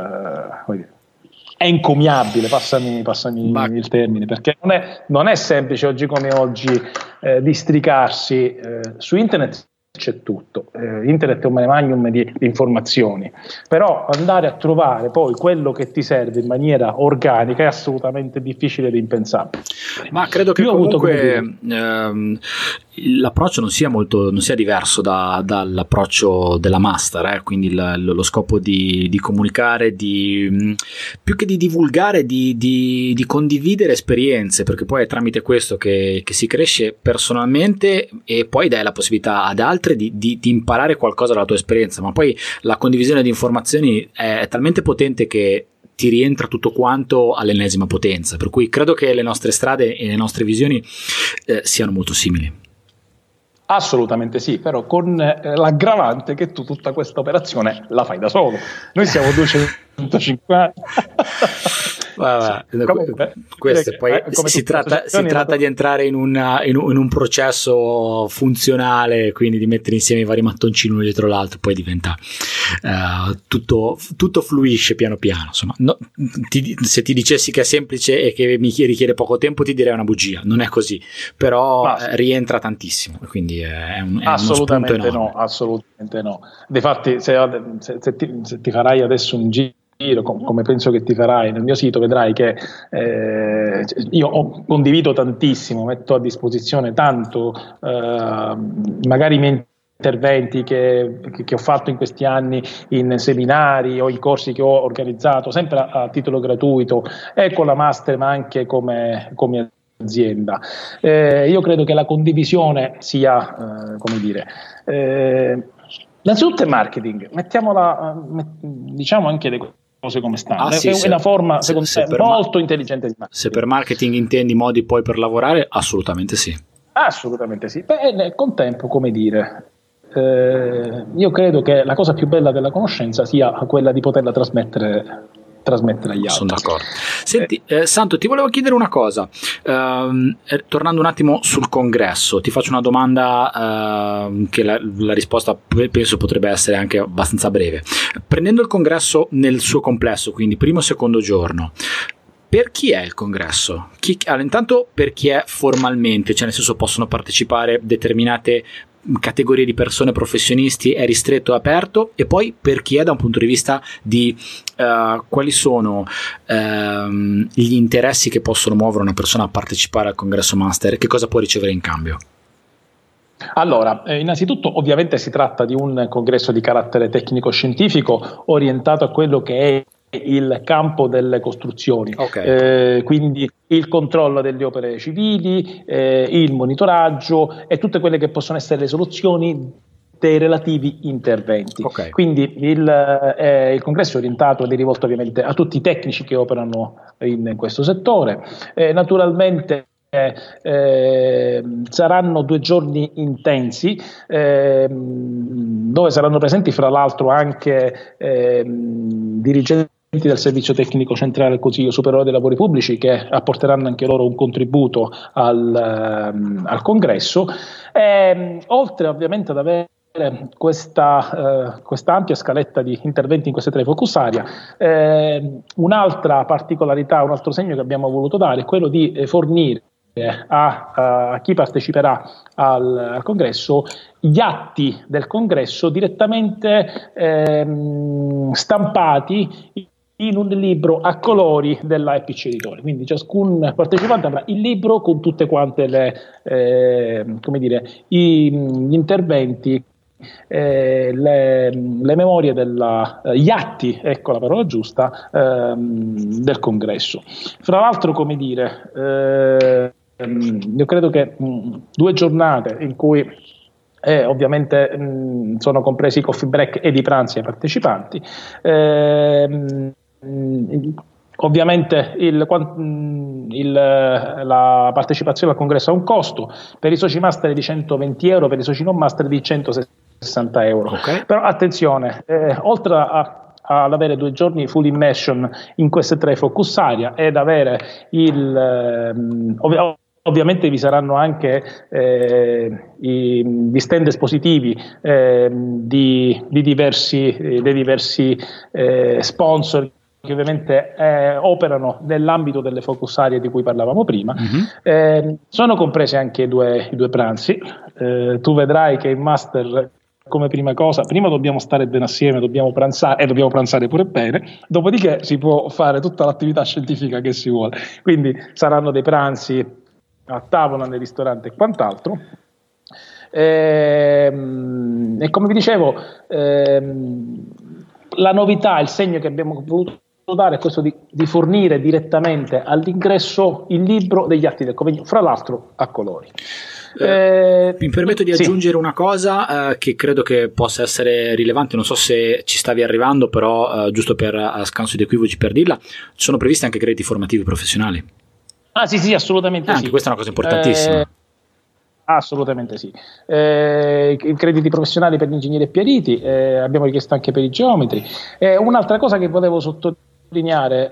è encomiabile, passami il termine, perché non è semplice oggi come oggi districarsi su internet. C'è tutto, internet è un mare magnum di informazioni, però andare a trovare poi quello che ti serve in maniera organica è assolutamente difficile ed impensabile. Ma credo che comunque l'approccio non sia diverso dall'approccio della Master, quindi lo scopo di comunicare, più che di divulgare, di condividere esperienze, perché poi è tramite questo che si cresce personalmente, e poi dai la possibilità ad altri di imparare qualcosa dalla tua esperienza. Ma poi la condivisione di informazioni è talmente potente che ti rientra tutto quanto all'ennesima potenza, per cui credo che le nostre strade e le nostre visioni siano molto simili. Assolutamente sì, però con l'aggravante che tu tutta questa operazione la fai da solo. Noi siamo 250. Questo poi si tratta di entrare in un processo funzionale, quindi di mettere insieme i vari mattoncini uno dietro l'altro, poi diventa tutto fluisce piano piano. Insomma, se ti dicessi che è semplice e che mi richiede poco tempo, ti direi una bugia. Non è così, però rientra tantissimo, quindi è uno spunto enorme. Assolutamente no. Difatti, se ti farai adesso un giro, come penso che ti farai nel mio sito, vedrai che io condivido tantissimo, metto a disposizione tanto magari i miei interventi che ho fatto in questi anni in seminari o in corsi che ho organizzato, sempre a titolo gratuito, e con la Master ma anche come azienda. Io credo che la condivisione sia, innanzitutto è marketing, diciamo anche le cose come stanno. È una forma, secondo me, molto intelligente di marketing. Se per marketing intendi modi poi per lavorare, assolutamente sì. Assolutamente sì. Beh, nel contempo, io credo che la cosa più bella della conoscenza sia quella di poterla trasmettere agli altri. Sono d'accordo. Senti, Santo, ti volevo chiedere una cosa, tornando un attimo sul congresso, ti faccio una domanda che la risposta penso potrebbe essere anche abbastanza breve. Prendendo il congresso nel suo complesso, quindi primo e secondo giorno, per chi è il congresso? Intanto per chi è formalmente, cioè nel senso possono partecipare determinate categorie di persone, professionisti, è ristretto e aperto, e poi per chi è da un punto di vista di quali sono gli interessi che possono muovere una persona a partecipare al congresso Master e che cosa può ricevere in cambio? Allora, innanzitutto ovviamente si tratta di un congresso di carattere tecnico-scientifico orientato a quello che è il campo delle costruzioni, quindi il controllo delle opere civili, il monitoraggio e tutte quelle che possono essere le soluzioni dei relativi interventi. Quindi il congresso è orientato ed è rivolto ovviamente a tutti i tecnici che operano in questo settore. Naturalmente saranno 2 giorni intensi dove saranno presenti fra l'altro anche dirigenti del servizio tecnico centrale del Consiglio Superiore dei Lavori Pubblici, che apporteranno anche loro un contributo al congresso, oltre ovviamente ad avere questa ampia scaletta di interventi in queste 3 focus area. Un'altra particolarità, un altro segno che abbiamo voluto dare è quello di fornire a chi parteciperà al congresso gli atti del congresso direttamente stampati in un libro a colori della EPC Editore. Quindi ciascun partecipante avrà il libro con tutte quante gli interventi, le memorie gli atti, ecco la parola giusta, del congresso. Fra l'altro, io credo che 2 giornate in cui ovviamente sono compresi i coffee break ed i pranzi ai partecipanti. Ovviamente la partecipazione al congresso ha un costo, per i soci master di 120 euro, per i soci non master di 160 euro. Okay. Però attenzione, oltre ad avere 2 giorni full immersion in queste 3 focus area ed avere ovviamente vi saranno anche gli stand espositivi dei diversi sponsor che ovviamente operano nell'ambito delle focus area di cui parlavamo prima. Sono compresi anche i due pranzi. Tu vedrai che in master, come prima cosa, prima dobbiamo stare bene assieme, dobbiamo pranzare e dobbiamo pranzare pure bene, dopodiché si può fare tutta l'attività scientifica che si vuole. Quindi saranno dei pranzi a tavola nel ristorante e quant'altro. E come vi dicevo, la novità, il segno che abbiamo voluto dare è questo di fornire direttamente all'ingresso il libro degli atti del convegno, fra l'altro a colori. Mi permetto di aggiungere una cosa che credo che possa essere rilevante, non so se ci stavi arrivando, però giusto per a scanso di equivoci per dirla, ci sono previsti anche crediti formativi professionali. Sì, assolutamente sì. Anche questa è una cosa importantissima. Assolutamente sì. I crediti professionali per gli ingegneri e periti, abbiamo richiesto anche per i geometri. Un'altra cosa che volevo sottolineare,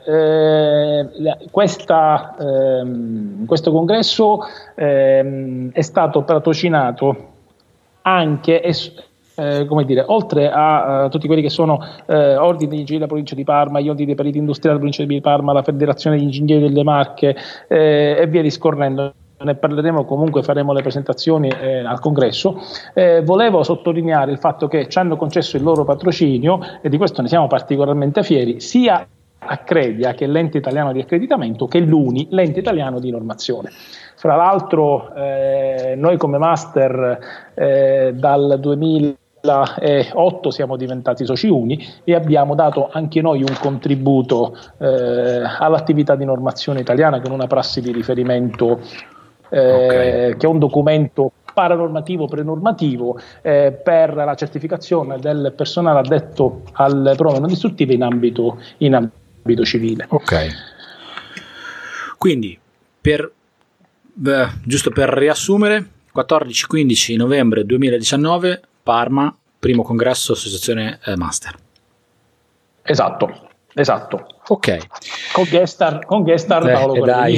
questo congresso è stato patrocinato anche oltre a tutti quelli che sono ordini di ingegneri della provincia di Parma, gli ordini dei periti industriali della provincia di Parma, la federazione degli ingegneri delle Marche e via discorrendo. Ne parleremo comunque, faremo le presentazioni al congresso. Volevo sottolineare il fatto che ci hanno concesso il loro patrocinio e di questo ne siamo particolarmente fieri, sia Accredia, che è l'ente italiano di accreditamento, che l'UNI, l'ente italiano di normazione. Fra l'altro noi come master dal 2008 siamo diventati soci uni e abbiamo dato anche noi un contributo all'attività di normazione italiana con una prassi di riferimento che è un documento paranormativo prenormativo per la certificazione del personale addetto alle prove non distruttive in ambito civile. Ok. Quindi giusto per riassumere, 14-15 novembre 2019 Parma, primo congresso associazione master. Esatto. Ok. Con guest star Paolo Corradini.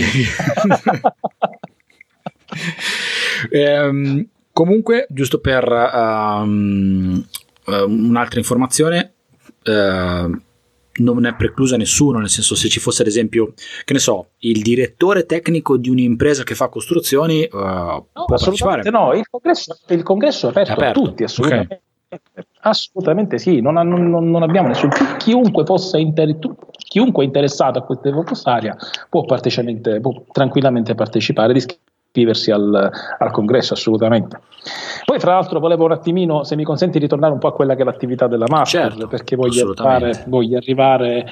Comunque, giusto per un'altra informazione, non è preclusa nessuno, nel senso, se ci fosse ad esempio, che ne so, il direttore tecnico di un'impresa che fa costruzioni può partecipare. No, il congresso è aperto a tutti, assolutamente. Okay. Assolutamente sì, non abbiamo nessun, chiunque è interessato a queste focus area può tranquillamente partecipare, iscriversi al congresso, assolutamente. Poi fra l'altro volevo un attimino, se mi consenti, ritornare un po' a quella che è l'attività della master, certo, perché voglio arrivare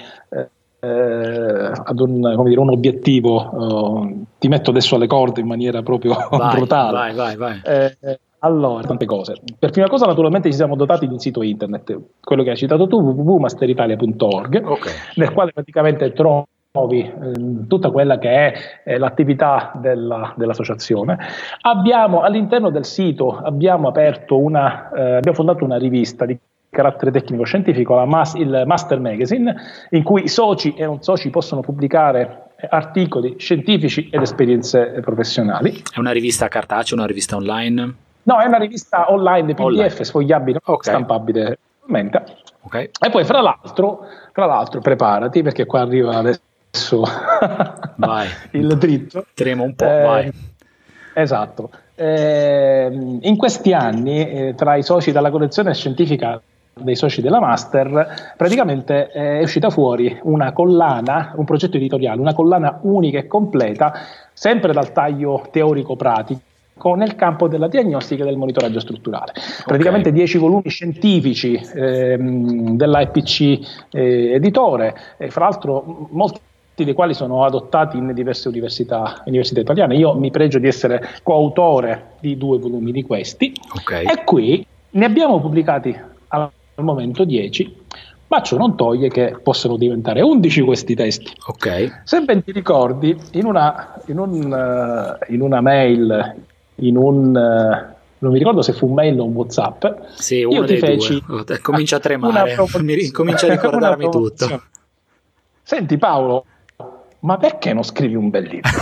ad un obiettivo. Ti metto adesso alle corde in maniera proprio brutale. Vai. Allora, tante cose. Per prima cosa, naturalmente, ci siamo dotati di un sito internet, quello che hai citato tu, www.masteritalia.org, okay, nel quale praticamente trovi tutta quella che è l'attività dell'associazione. All'interno del sito abbiamo fondato una rivista di carattere tecnico-scientifico, il Master Magazine, in cui i soci e non soci possono pubblicare articoli scientifici ed esperienze professionali. È una rivista cartacea, una rivista online? No, è una rivista online, PDF, Online. sfogliabile, stampabile. Okay. E poi fra l'altro preparati, perché qua arriva adesso vai. il dritto. Tremo un po', vai. Esatto. In questi anni, tra i soci della collezione scientifica dei soci della Master, praticamente è uscita fuori una collana, un progetto editoriale, una collana unica e completa, sempre dal taglio teorico-pratico, nel campo della diagnostica e del monitoraggio strutturale. Praticamente 10 volumi scientifici della EPC editore, e fra l'altro molti dei quali sono adottati in diverse università italiane. Io mi pregio di essere coautore di 2 volumi di questi, e qui ne abbiamo pubblicati al momento 10, ma ciò non toglie che possono diventare 11 questi testi. Se ben ti ricordi, in una mail, non mi ricordo se fu un mail o un WhatsApp, sì, uno io ti feci due. Comincia a tremare, comincia a ricordarmi tutto. Senti Paolo, ma perché non scrivi un bel libro?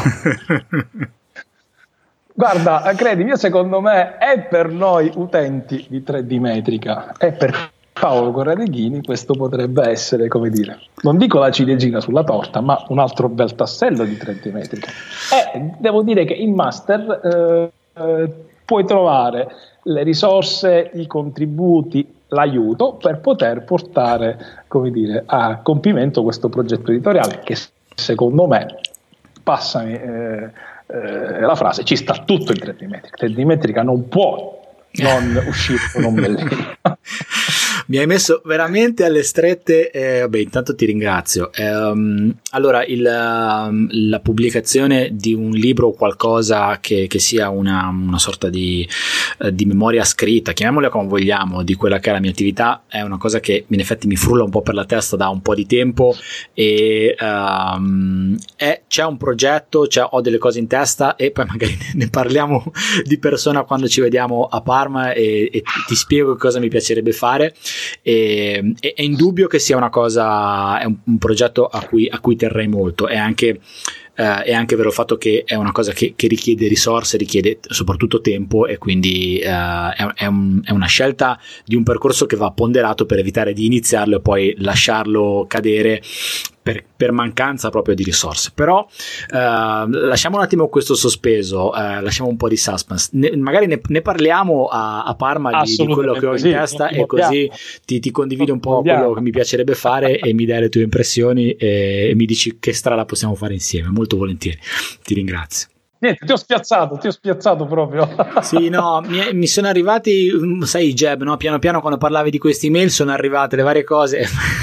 Guarda, credimi, secondo me è per noi utenti di 3D metrica, e per Paolo Corradeghini questo potrebbe essere, come dire, non dico la ciliegina sulla torta, ma un altro bel tassello di 3D metrica. E devo dire che in Master puoi trovare le risorse, i contributi, l'aiuto per poter portare, come dire, a compimento questo progetto editoriale che, secondo me, passami la frase, ci sta tutto in 3D metrica. 3D metrica non può non uscire con un bel libro. Mi hai messo veramente alle strette. Vabbè, intanto ti ringrazio. Allora, la pubblicazione di un libro o qualcosa che sia una sorta di memoria scritta, chiamiamola come vogliamo, di quella che è la mia attività, è una cosa che in effetti mi frulla un po' per la testa da un po' di tempo, e c'è un progetto, ho delle cose in testa, e poi magari ne parliamo di persona quando ci vediamo a Parma, e ti spiego cosa mi piacerebbe fare. È indubbio che sia una cosa, è un progetto a cui terrei molto. È anche vero il fatto che è una cosa che richiede risorse, richiede soprattutto tempo, e quindi è una scelta di un percorso che va ponderato per evitare di iniziarlo e poi lasciarlo cadere per mancanza proprio di risorse. Però lasciamo un attimo questo sospeso, lasciamo un po' di suspense, magari ne parliamo a Parma di quello che ho in testa, e così ti condivido un po' quello che mi piacerebbe fare, e mi dai le tue impressioni, e mi dici che strada possiamo fare insieme. Molto volentieri, ti ringrazio. Niente, ti ho spiazzato proprio. Sì, no, mi sono arrivati, sai, i jab, no? Piano piano, quando parlavi di questi email, sono arrivate le varie cose,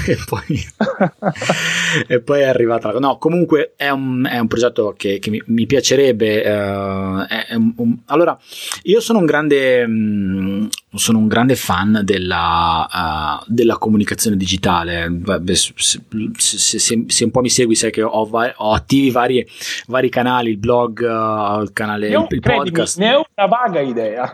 e poi è arrivata no, comunque è un progetto che mi piacerebbe. Allora, io sono un grande fan della comunicazione digitale. Se un po' mi segui, sai che ho attivi vari canali, il blog, il canale, il podcast. Ne ho una vaga idea.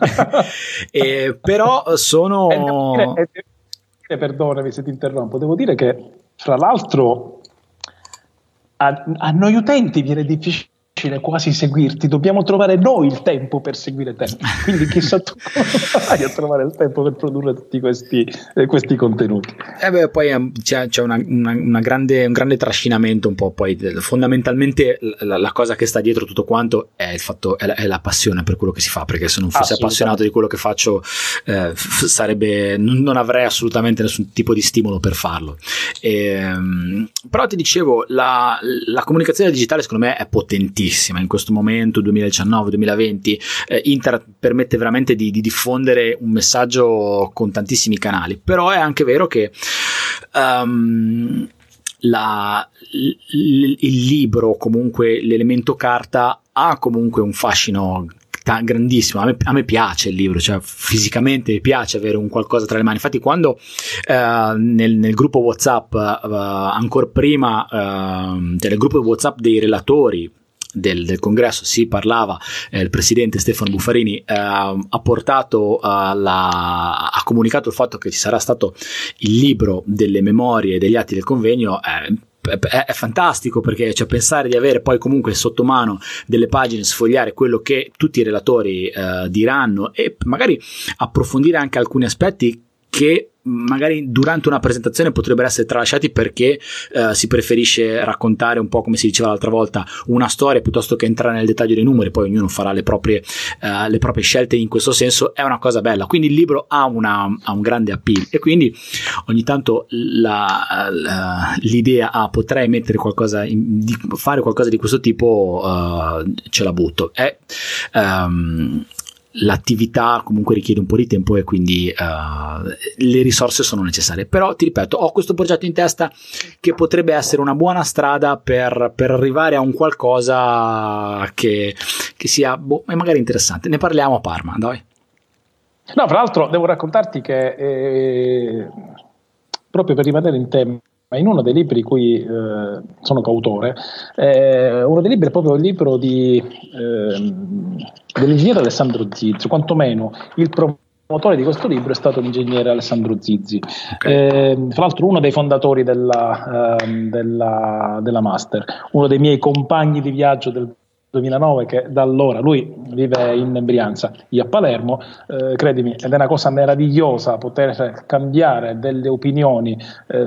Però sono... Perdonami se ti interrompo, devo dire che, fra l'altro, a noi utenti viene difficile quasi seguirti, dobbiamo trovare noi il tempo per seguire te, quindi chissà tu come fai a trovare il tempo per produrre tutti questi contenuti. Poi c'è un grande trascinamento un po', poi fondamentalmente la cosa che sta dietro tutto quanto è il fatto, è la passione per quello che si fa, perché se non fossi appassionato di quello che faccio, non avrei assolutamente nessun tipo di stimolo per farlo. Però ti dicevo, la comunicazione digitale secondo me è potentissima in questo momento, 2019-2020. Internet permette veramente di diffondere un messaggio con tantissimi canali, però è anche vero che il libro, comunque l'elemento carta, ha comunque un fascino grandissimo. A me piace il libro, cioè fisicamente mi piace avere un qualcosa tra le mani. Infatti quando nel gruppo WhatsApp, ancora prima del gruppo WhatsApp dei relatori del congresso si parlava, il presidente Stefano Buffarini ha comunicato il fatto che ci sarà stato il libro delle memorie e degli atti del convegno. è fantastico, perché cioè, pensare di avere poi comunque sotto mano delle pagine, sfogliare quello che tutti i relatori diranno e magari approfondire anche alcuni aspetti che magari durante una presentazione potrebbero essere tralasciati perché si preferisce raccontare un po', come si diceva l'altra volta, una storia piuttosto che entrare nel dettaglio dei numeri. Poi ognuno farà le proprie scelte in questo senso. È una cosa bella, quindi il libro ha un grande appeal, e quindi ogni tanto l'idea potrei mettere qualcosa di fare qualcosa di questo tipo, ce la butto. L'attività comunque richiede un po' di tempo e quindi le risorse sono necessarie, però ti ripeto, ho questo progetto in testa che potrebbe essere una buona strada per arrivare a un qualcosa che sia magari interessante. Ne parliamo a Parma, dai. No, fra l'altro devo raccontarti che proprio per rimanere in tema, in uno dei libri di cui sono coautore, uno dei libri è proprio il libro dell'ingegnere Alessandro Zizzi, quantomeno il promotore di questo libro è stato l'ingegnere Alessandro Zizzi, okay. Fra l'altro uno dei fondatori della Master, uno dei miei compagni di viaggio del 2009, che da allora lui vive in Brianza, io a Palermo, credimi, ed è una cosa meravigliosa poter cambiare delle opinioni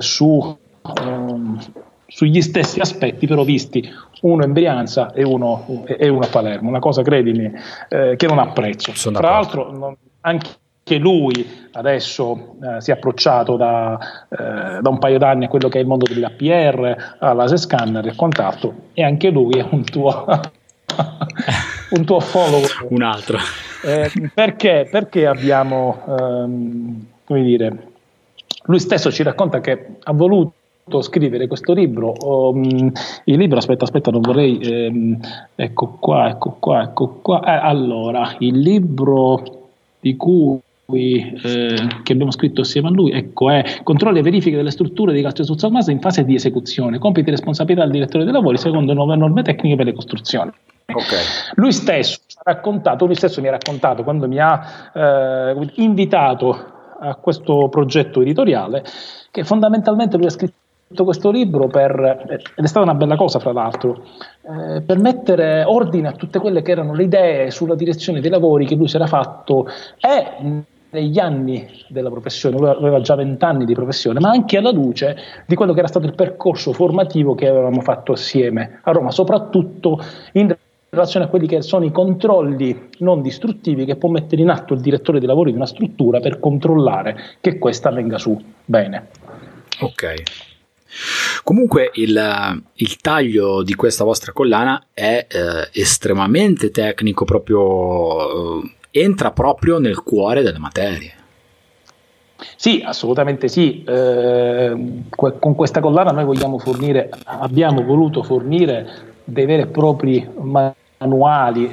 sugli stessi aspetti, però visti uno in Brianza e uno a Palermo, una cosa, credimi, che non apprezzo. Tra l'altro anche lui adesso si è approcciato da un paio d'anni a quello che è il mondo dell'APR, all'ASE scanner e quant'altro, e anche lui è un tuo follower. Un altro. Perché abbiamo, come dire, lui stesso ci racconta che ha voluto scrivere questo libro. Il libro, aspetta, non vorrei, ecco qua. Allora, il libro di cui che abbiamo scritto assieme a lui, ecco, è Controlli e verifiche delle strutture di calcio sul Masa in fase di esecuzione, compiti e responsabilità del direttore dei lavori secondo nuove norme tecniche per le costruzioni. Okay. Lui stesso mi ha raccontato quando mi ha invitato a questo progetto editoriale, che fondamentalmente lui ha scritto questo libro ed è stata una bella cosa, fra l'altro, per mettere ordine a tutte quelle che erano le idee sulla direzione dei lavori che lui si era fatto negli anni della professione. Lui aveva già 20 anni di professione, ma anche alla luce di quello che era stato il percorso formativo che avevamo fatto assieme a Roma, soprattutto in relazione a quelli che sono i controlli non distruttivi che può mettere in atto il direttore dei lavori di una struttura per controllare che questa venga su bene. Ok. Comunque il taglio di questa vostra collana è estremamente tecnico, proprio entra proprio nel cuore delle materie. Sì, assolutamente sì. Con questa collana noi abbiamo voluto fornire dei veri e propri manuali.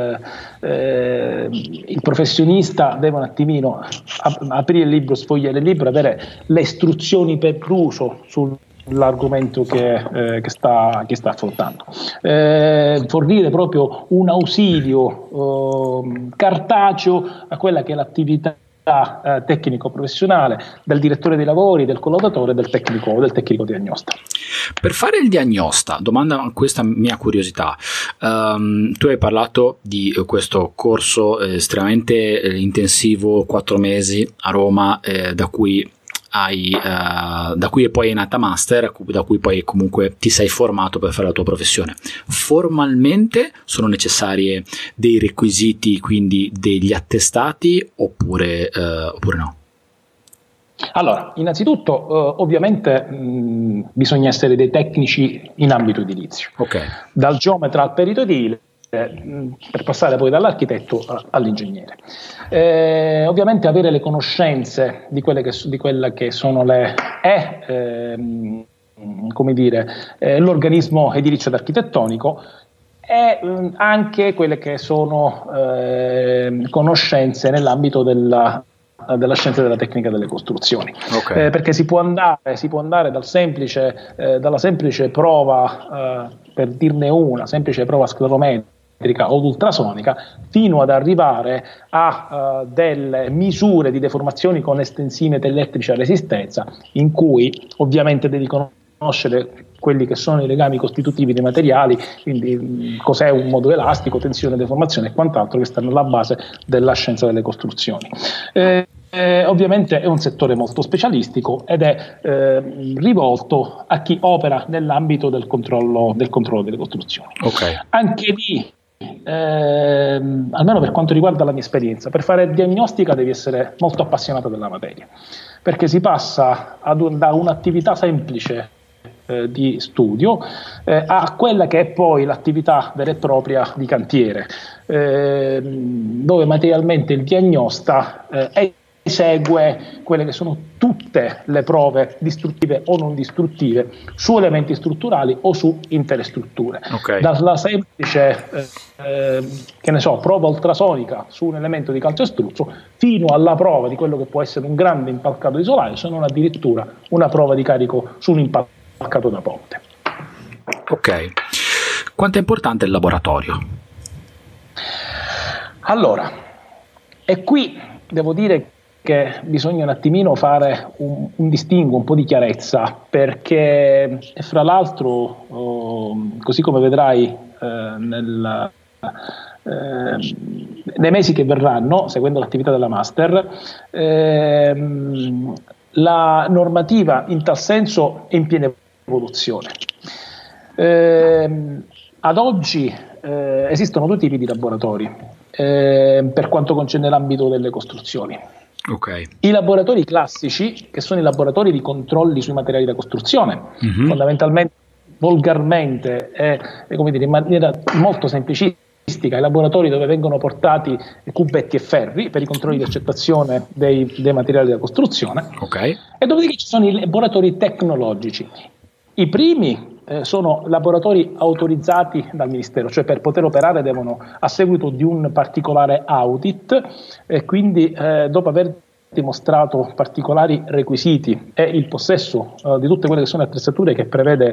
Il professionista deve un attimino aprire il libro, sfogliare il libro, avere le istruzioni per l'uso sull'argomento che sta affrontando, fornire proprio un ausilio cartaceo a quella che è l'attività tecnico professionale del direttore dei lavori, del collaudatore, del tecnico diagnosta. Per fare il diagnosta, domanda questa mia curiosità, tu hai parlato di questo corso estremamente intensivo, 4 mesi a Roma, da cui poi è nata Master, da cui poi comunque ti sei formato per fare la tua professione. Formalmente sono necessarie dei requisiti, quindi degli attestati, oppure no? Allora, innanzitutto ovviamente bisogna essere dei tecnici in ambito edilizio, okay. Dal geometra al perito edile, per passare poi dall'architetto all'ingegnere. Ovviamente avere le conoscenze di quelle che sono l'organismo edilizio ed architettonico, e anche quelle che sono conoscenze nell'ambito della scienza della tecnica delle costruzioni, okay. Perché si può andare dalla semplice prova, per dirne una, semplice prova sclerometrica o ultrasonica, fino ad arrivare a delle misure di deformazioni con estensimetri elettrici a resistenza, in cui ovviamente devi conoscere conoscere quelli che sono i legami costitutivi dei materiali, quindi cos'è un modulo elastico, tensione, deformazione e quant'altro, che stanno alla base della scienza delle costruzioni. Ovviamente è un settore molto specialistico ed è rivolto a chi opera nell'ambito del controllo delle costruzioni. Okay. Anche lì, almeno per quanto riguarda la mia esperienza, per fare diagnostica devi essere molto appassionato della materia, perché si passa da un'attività semplice di studio a quella che è poi l'attività vera e propria di cantiere, dove materialmente il diagnosta esegue quelle che sono tutte le prove distruttive o non distruttive su elementi strutturali o su intere strutture. Okay. Dalla semplice che ne so, prova ultrasonica su un elemento di calcestruzzo fino alla prova di quello che può essere un grande impalcato di solaio, se non addirittura una prova di carico su un impalcato da ponte. Ok. Quanto è importante il laboratorio? Allora, e qui devo dire che bisogna un attimino fare un distinguo, un po' di chiarezza, perché fra l'altro, così come vedrai nei mesi che verranno, seguendo l'attività della Master, la normativa in tal senso è in piena evoluzione. Ad oggi esistono due tipi di laboratori per quanto concerne l'ambito delle costruzioni. Okay. I laboratori classici, che sono i laboratori di controlli sui materiali da costruzione, fondamentalmente, volgarmente e come dire, in maniera molto semplicistica, i laboratori dove vengono portati cubetti e ferri per i controlli di accettazione dei materiali da costruzione. Okay. E dopodiché ci sono i laboratori tecnologici. I primi sono laboratori autorizzati dal Ministero, cioè per poter operare devono, a seguito di un particolare audit, e quindi dopo aver dimostrato particolari requisiti e il possesso di tutte quelle che sono attrezzature che prevede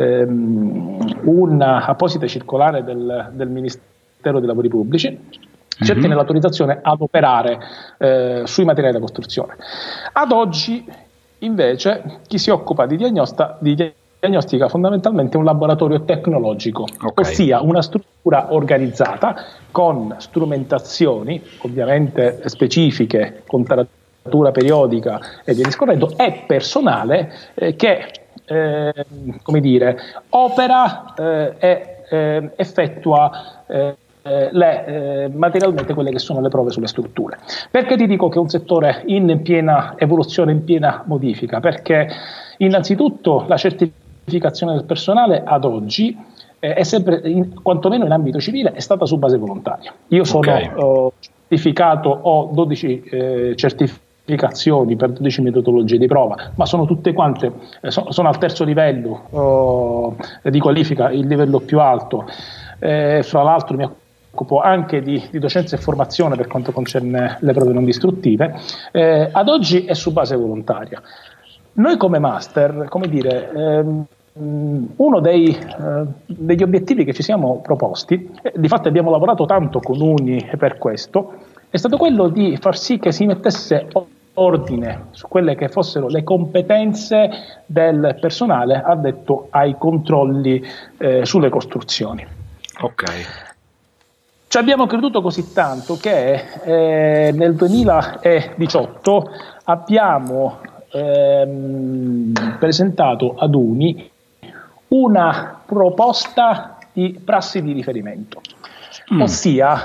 un'apposita circolare del Ministero dei Lavori Pubblici, si ottiene l'autorizzazione ad operare sui materiali da costruzione. Ad oggi invece chi si occupa di diagnostica fondamentalmente è un laboratorio tecnologico, ossia una struttura organizzata con strumentazioni ovviamente specifiche, con taratura periodica e via discorrendo, e personale che come dire, opera e effettua materialmente quelle che sono le prove sulle strutture. Perché ti dico che è un settore in piena evoluzione, in piena modifica? Perché innanzitutto la certificazione del personale ad oggi è sempre, quantomeno in ambito civile, è stata su base volontaria. Io sono certificato, ho 12 certificazioni per 12 metodologie di prova, ma sono tutte quante, sono al terzo livello di qualifica, il livello più alto. Fra l'altro mi occupo anche di docenza e formazione per quanto concerne le prove non distruttive. Ad oggi è su base volontaria. Noi come Master, come dire, uno degli obiettivi che ci siamo proposti, difatti abbiamo lavorato tanto con Uni per questo, è stato quello di far sì che si mettesse ordine su quelle che fossero le competenze del personale addetto ai controlli sulle costruzioni. Ok. Ci abbiamo creduto così tanto che nel 2018 abbiamo presentato ad Uni una proposta di prassi di riferimento, ossia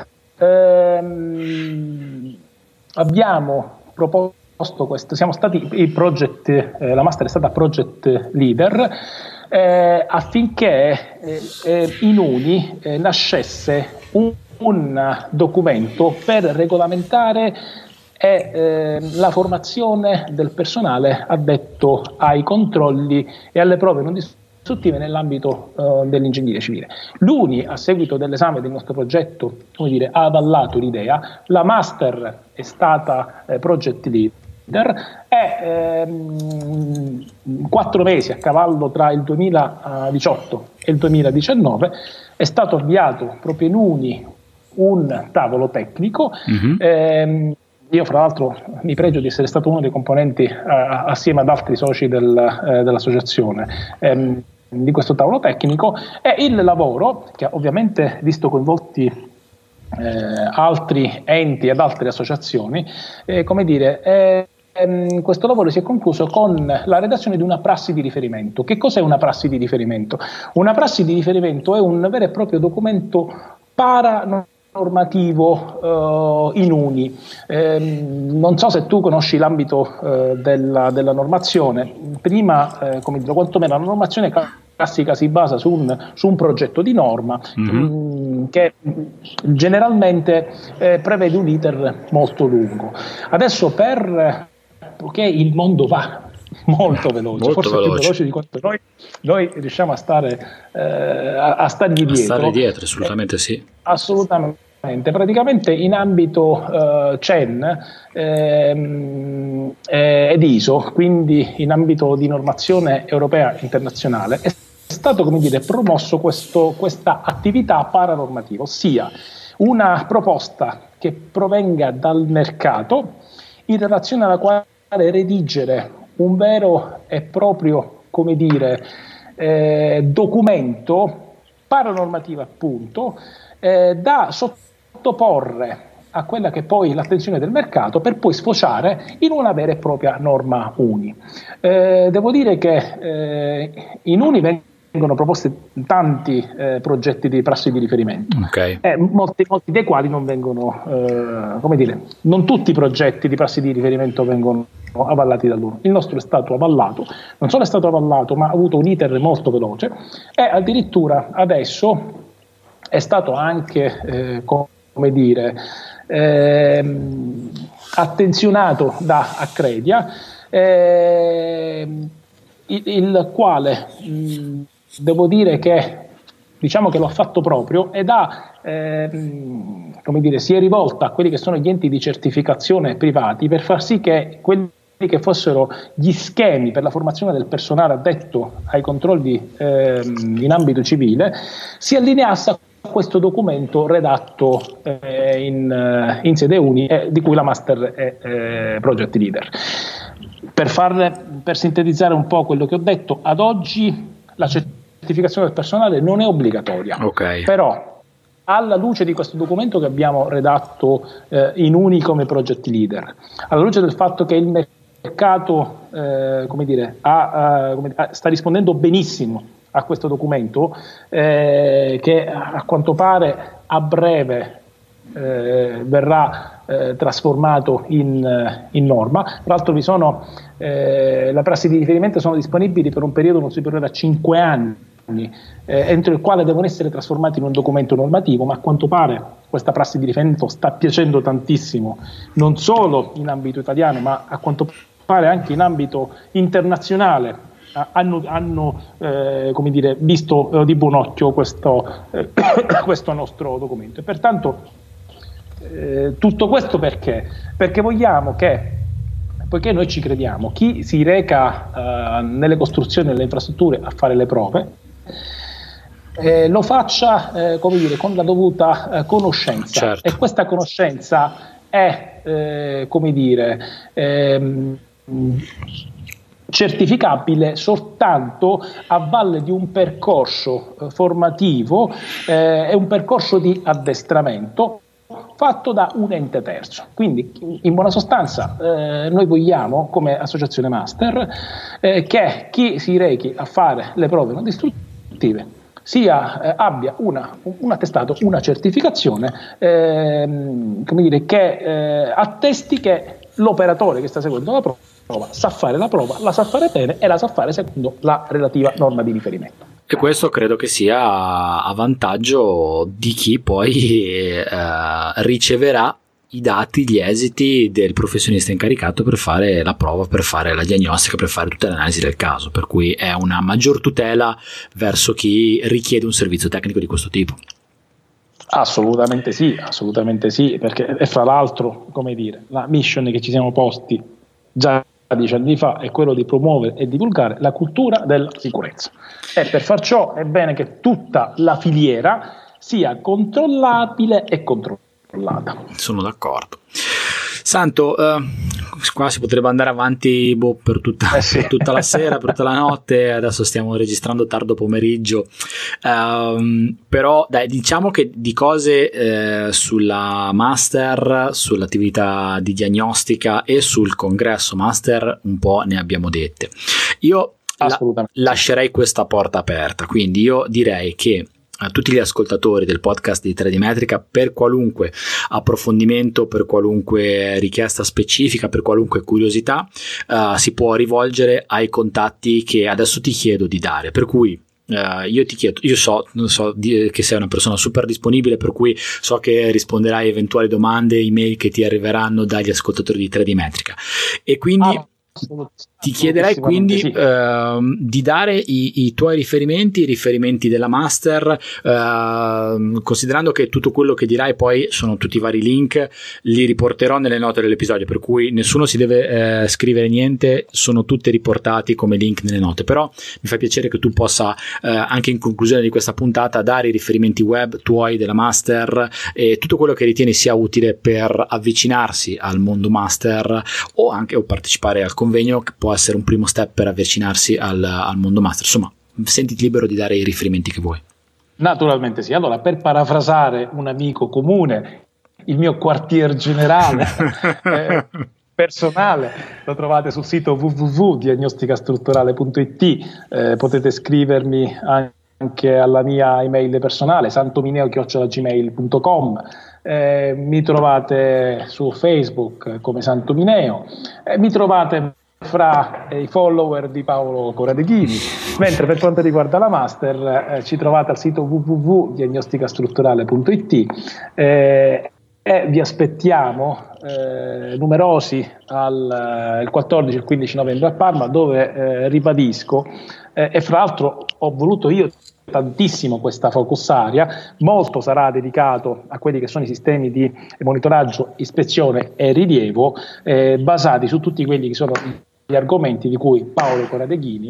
abbiamo proposto questo, siamo stati i project, la Master è stata project leader affinché in Uni nascesse un documento per regolamentare la formazione del personale addetto ai controlli e alle prove non distruttive nell'ambito dell'ingegneria civile. L'Uni, a seguito dell'esame del nostro progetto, come dire, ha avallato l'idea, la Master è stata project leader e 4 mesi a cavallo tra il 2018 e il 2019 è stato avviato proprio in Uni un tavolo tecnico io fra l'altro mi pregio di essere stato uno dei componenti assieme ad altri soci dell'associazione di questo tavolo tecnico, e il lavoro che ha ovviamente visto coinvolti altri enti ed altre associazioni, questo lavoro si è concluso con la redazione di una prassi di riferimento. Che cos'è una prassi di riferimento? Una prassi di riferimento è un vero e proprio documento paranormativo in uni. Non so se tu conosci l'ambito della normazione. Prima, quantomeno la normazione classica si basa su un progetto di norma che generalmente prevede un iter molto lungo. Adesso perché il mondo va molto veloce, forse più veloce di quanto noi riusciamo a stargli dietro. A stare dietro, assolutamente sì. Assolutamente. Praticamente in ambito CEN ed ISO, quindi in ambito di normazione europea internazionale, è stato promosso questa attività paranormativa, ossia una proposta che provenga dal mercato in relazione alla quale redigere un vero e proprio documento paranormativo, appunto, da sottoporre a quella che è poi l'attenzione del mercato, per poi sfociare in una vera e propria norma UNI. Devo dire che in UNI vengono proposti tanti progetti di prassi di riferimento, molti dei quali non vengono, non tutti i progetti di prassi di riferimento vengono avallati dall'UNI. Il nostro è stato avallato, non solo è stato avallato, ma ha avuto un iter molto veloce, e addirittura adesso è stato anche attenzionato da Accredia, il quale devo dire che che lo ha fatto proprio, ed si è rivolta a quelli che sono gli enti di certificazione privati per far sì che quelli che fossero gli schemi per la formazione del personale addetto ai controlli in ambito civile si allineasse a questo documento redatto in sede UNI, di cui la Master è project leader. Per sintetizzare un po' quello che ho detto, ad oggi la certificazione del personale non è obbligatoria, però alla luce di questo documento che abbiamo redatto in UNI come project leader, alla luce del fatto che il mercato sta rispondendo benissimo a questo documento, che a quanto pare a breve verrà trasformato in norma. Tra l'altro la prassi di riferimento sono disponibili per un periodo non superiore a 5 anni, entro il quale devono essere trasformati in un documento normativo, ma a quanto pare questa prassi di riferimento sta piacendo tantissimo, non solo in ambito italiano, ma a quanto pare anche in ambito internazionale. Hanno visto di buon occhio questo nostro documento, e pertanto tutto questo perché vogliamo che, poiché noi ci crediamo, chi si reca nelle costruzioni delle infrastrutture a fare le prove lo faccia con la dovuta conoscenza, certo. E questa conoscenza è certificabile soltanto a valle di un percorso formativo e un percorso di addestramento fatto da un ente terzo. Quindi, in buona sostanza, noi vogliamo, come associazione Master, che chi si rechi a fare le prove non distruttive abbia un attestato, una certificazione che attesti che l'operatore che sta seguendo la prova sa fare la prova, la sa fare bene e la sa fare secondo la relativa norma di riferimento. E questo credo che sia a vantaggio di chi poi riceverà i dati, gli esiti del professionista incaricato per fare la prova, per fare la diagnostica, per fare tutte le analisi del caso, per cui è una maggior tutela verso chi richiede un servizio tecnico di questo tipo. Assolutamente sì, perché fra l'altro, la mission che ci siamo posti già 10 anni fa è quello di promuovere e divulgare la cultura della sicurezza, e per far ciò è bene che tutta la filiera sia controllabile e controllata. Sono d'accordo. Santo, qua si potrebbe andare avanti per tutta la sera, per tutta la notte. Adesso stiamo registrando tardo pomeriggio, però dai, diciamo che di cose sulla master, sull'attività di diagnostica e sul congresso master un po' ne abbiamo dette. Io lascerei questa porta aperta, quindi io direi che a tutti gli ascoltatori del podcast di 3D Metrica, per qualunque approfondimento, per qualunque richiesta specifica, per qualunque curiosità, si può rivolgere ai contatti che adesso ti chiedo di dare. Per cui io ti chiedo, so che sei una persona super disponibile, per cui so che risponderai a eventuali domande, email che ti arriveranno dagli ascoltatori di 3D Metrica, e quindi ti chiederei quindi di dare i tuoi riferimenti, i riferimenti della master, considerando che tutto quello che dirai poi sono tutti i vari link, li riporterò nelle note dell'episodio, per cui nessuno si deve scrivere niente, sono tutti riportati come link nelle note. Però mi fa piacere che tu possa anche in conclusione di questa puntata dare i riferimenti web tuoi della master e tutto quello che ritieni sia utile per avvicinarsi al mondo master o partecipare al convegno, che può essere un primo step per avvicinarsi al mondo master. Insomma, sentiti libero di dare i riferimenti che vuoi. Naturalmente sì. Allora, per parafrasare un amico comune, il mio quartier generale personale lo trovate sul sito www.diagnosticastrutturale.it. Potete scrivermi anche alla mia email personale, santomineo@gmail.com. Mi trovate su Facebook come Santo Mineo, mi trovate fra i follower di Paolo Coradeghini, mentre per quanto riguarda la master ci trovate al sito www.diagnosticastrutturale.it e vi aspettiamo numerosi il 14 e il 15 novembre a Parma, dove ribadisco, e fra l'altro ho voluto io tantissimo questa focus area, molto sarà dedicato a quelli che sono i sistemi di monitoraggio, ispezione e rilievo, basati su tutti quelli che sono gli argomenti di cui Paolo Coradeghini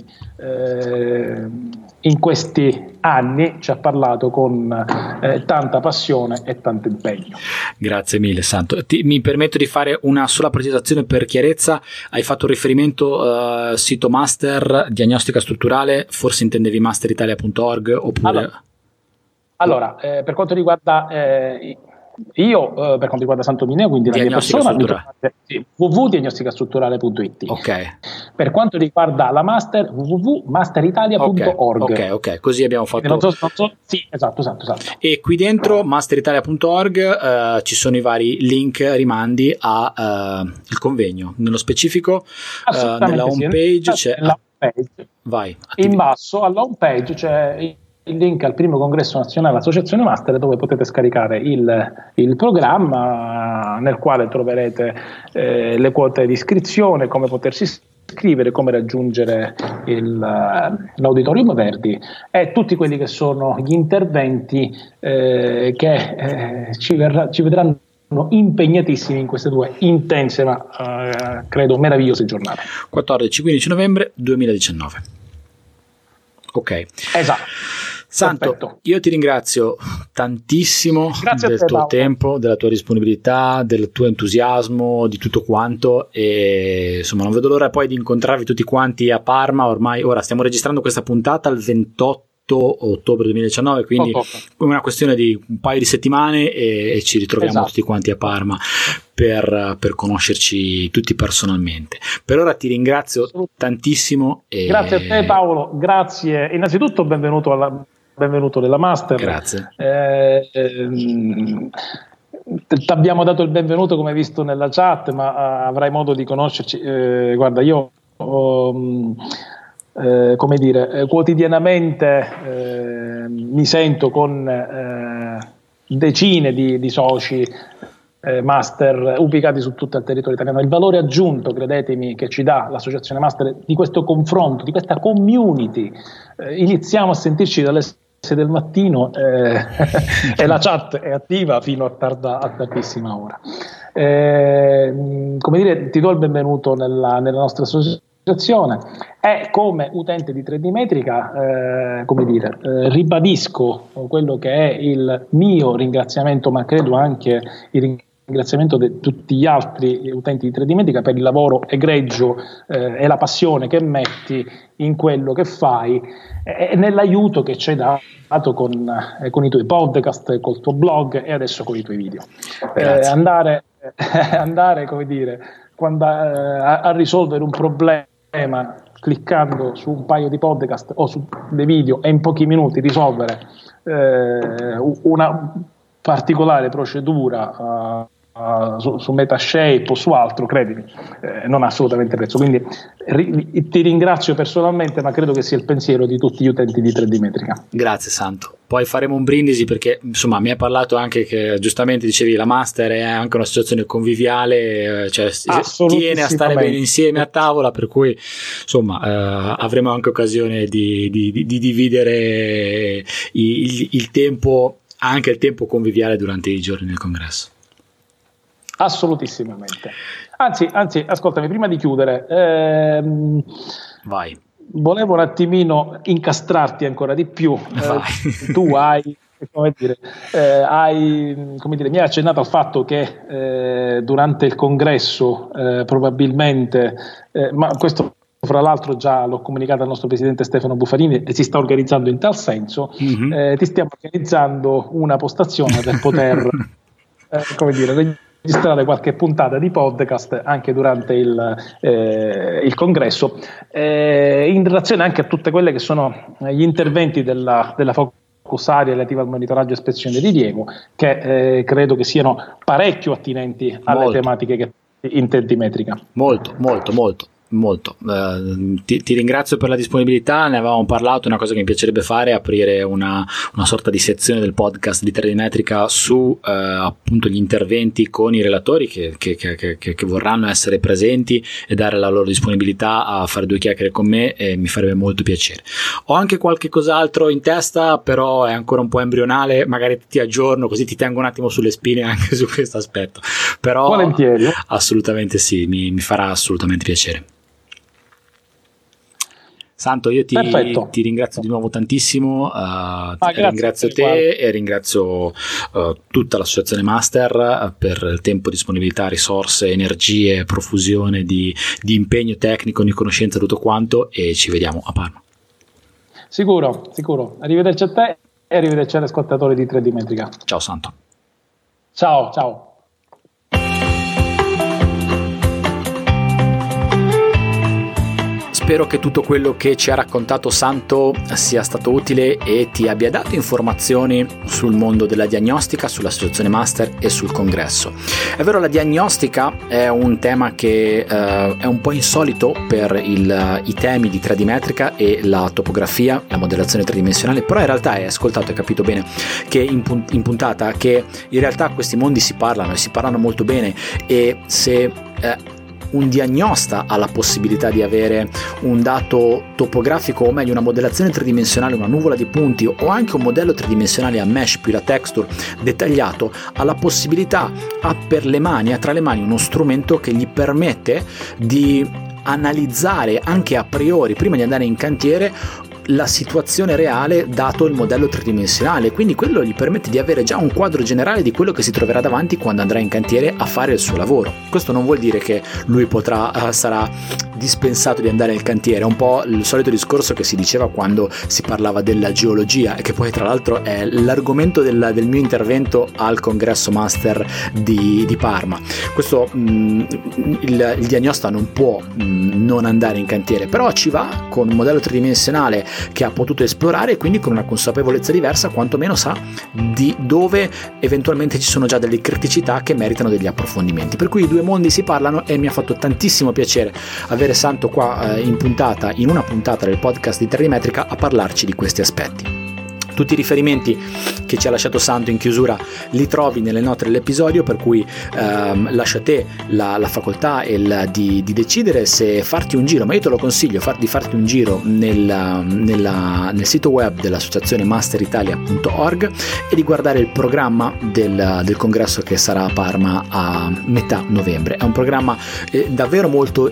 in questi anni ci ha parlato con tanta passione e tanto impegno. Grazie mille, Santo. Mi permetto di fare una sola precisazione per chiarezza. Hai fatto riferimento sito master, diagnostica strutturale, forse intendevi masteritalia.org oppure... Allora, per quanto riguarda io, per quanto riguarda Santo Mineo, quindi la mia persona, www.diagnosticastrutturale.it. Ok. Per quanto riguarda la master, www.masteritalia.org. Ok, così abbiamo fatto. Sì, esatto. E qui dentro masteritalia.org ci sono i vari link, rimandi al convegno. Nello specifico, nella home page c'è. Vai. In basso alla home page c'è il link al primo congresso nazionale Associazione Master, dove potete scaricare il programma, nel quale troverete le quote di iscrizione, come potersi iscrivere, come raggiungere l'Auditorium Verdi e tutti quelli che sono gli interventi che ci vedranno impegnatissimi in queste due intense ma credo meravigliose giornate. 14-15 novembre 2019. Ok. Esatto. Santo, perfetto. Io ti ringrazio tantissimo del tuo tempo, della tua disponibilità, del tuo entusiasmo, di tutto quanto, e insomma non vedo l'ora poi di incontrarvi tutti quanti a Parma. Ora stiamo registrando questa puntata il 28 ottobre 2019, quindi una questione di un paio di settimane e ci ritroviamo tutti quanti a Parma per conoscerci tutti personalmente. Per ora ti ringrazio tantissimo. Grazie a te, Paolo, grazie. Innanzitutto benvenuto nella master. Grazie. Ti abbiamo dato il benvenuto, come hai visto nella chat, ma avrai modo di conoscerci. Guarda, io quotidianamente mi sento con decine di soci master ubicati su tutto il territorio italiano. Il valore aggiunto, credetemi, che ci dà l'associazione master di questo confronto, di questa community, iniziamo a sentirci dalle 6 del mattino e la chat è attiva fino a tardissima ora. Ti do il benvenuto nella nostra associazione e come utente di 3D Metrica ribadisco quello che è il mio ringraziamento, ma credo anche il ringraziamento di tutti gli altri utenti di 3D Medica per il lavoro egregio e la passione che metti in quello che fai e nell'aiuto che ci hai dato con i tuoi podcast, col tuo blog e adesso con i tuoi video. Andare come dire, a risolvere un problema cliccando su un paio di podcast o su dei video e in pochi minuti risolvere una particolare procedura su Metashape o su altro, credimi, non ha assolutamente prezzo. Quindi ti ringrazio personalmente, ma credo che sia il pensiero di tutti gli utenti di 3D Metrica. Grazie Santo. Poi faremo un brindisi perché insomma mi hai parlato anche che giustamente dicevi la Master è anche un'associazione conviviale, cioè tiene a stare bene insieme a tavola, per cui insomma avremo anche occasione di dividere il tempo, anche il tempo conviviale durante i giorni del congresso. Assolutissimamente. Anzi, ascoltami, prima di chiudere, vai. Volevo un attimino incastrarti ancora di più. Tu hai, mi hai accennato al fatto che durante il congresso probabilmente, ma questo fra l'altro già l'ho comunicato al nostro presidente Stefano Buffarini e si sta organizzando in tal senso, ti stiamo organizzando una postazione per poter registrare qualche puntata di podcast anche durante il congresso, in relazione anche a tutte quelle che sono gli interventi della focus area relativa al monitoraggio e ispezione di Diego, che credo che siano parecchio attinenti alle tematiche che intenti Metrica. Molto. Ti ringrazio per la disponibilità, ne avevamo parlato. Una cosa che mi piacerebbe fare è aprire una sorta di sezione del podcast di 3D Metrica su appunto gli interventi con i relatori che vorranno essere presenti e dare la loro disponibilità a fare due chiacchiere con me, e mi farebbe molto piacere. Ho anche qualche cos'altro in testa, però è ancora un po' embrionale, magari ti aggiorno così ti tengo un attimo sulle spine anche su questo aspetto, però volentieri. Assolutamente sì, mi farà assolutamente piacere. Santo, io ti ringrazio di nuovo tantissimo, ringrazio te e ringrazio tutta l'associazione Master per il tempo, disponibilità, risorse, energie, profusione di impegno tecnico, di conoscenza, tutto quanto, e ci vediamo a Parma. Sicuro. Arrivederci a te e arrivederci agli ascoltatori di 3D Metrica. Ciao Santo. Ciao. Spero che tutto quello che ci ha raccontato Santo sia stato utile e ti abbia dato informazioni sul mondo della diagnostica, sull'associazione Master e sul congresso. È vero, la diagnostica è un tema che è un po' insolito per i temi di 3D Metrica e la topografia, la modellazione tridimensionale, però in realtà hai ascoltato e capito bene che in puntata che in realtà questi mondi si parlano e si parlano molto bene, e se un diagnosta ha la possibilità di avere un dato topografico, o meglio una modellazione tridimensionale, una nuvola di punti o anche un modello tridimensionale a mesh più la texture dettagliato, ha la possibilità, ha tra le mani uno strumento che gli permette di analizzare anche a priori, prima di andare in cantiere, la situazione reale dato il modello tridimensionale. Quindi quello gli permette di avere già un quadro generale di quello che si troverà davanti quando andrà in cantiere a fare il suo lavoro. Questo non vuol dire che lui sarà dispensato di andare nel cantiere, è un po' il solito discorso che si diceva quando si parlava della geologia, e che poi tra l'altro è l'argomento del mio intervento al congresso Master di Parma. Questo il diagnosta non può non andare in cantiere, però ci va con un modello tridimensionale che ha potuto esplorare, e quindi con una consapevolezza diversa quantomeno sa di dove eventualmente ci sono già delle criticità che meritano degli approfondimenti. Per cui i due mondi si parlano, e mi ha fatto tantissimo piacere avere Santo qua in una puntata del podcast di 3D Metrica a parlarci di questi aspetti. Tutti i riferimenti che ci ha lasciato Santo in chiusura li trovi nelle note dell'episodio, per cui lascia a te la facoltà di decidere se farti un giro, ma io te lo consiglio di farti un giro nel sito web dell'associazione masteritalia.org e di guardare il programma del congresso che sarà a Parma a metà novembre. È un programma davvero molto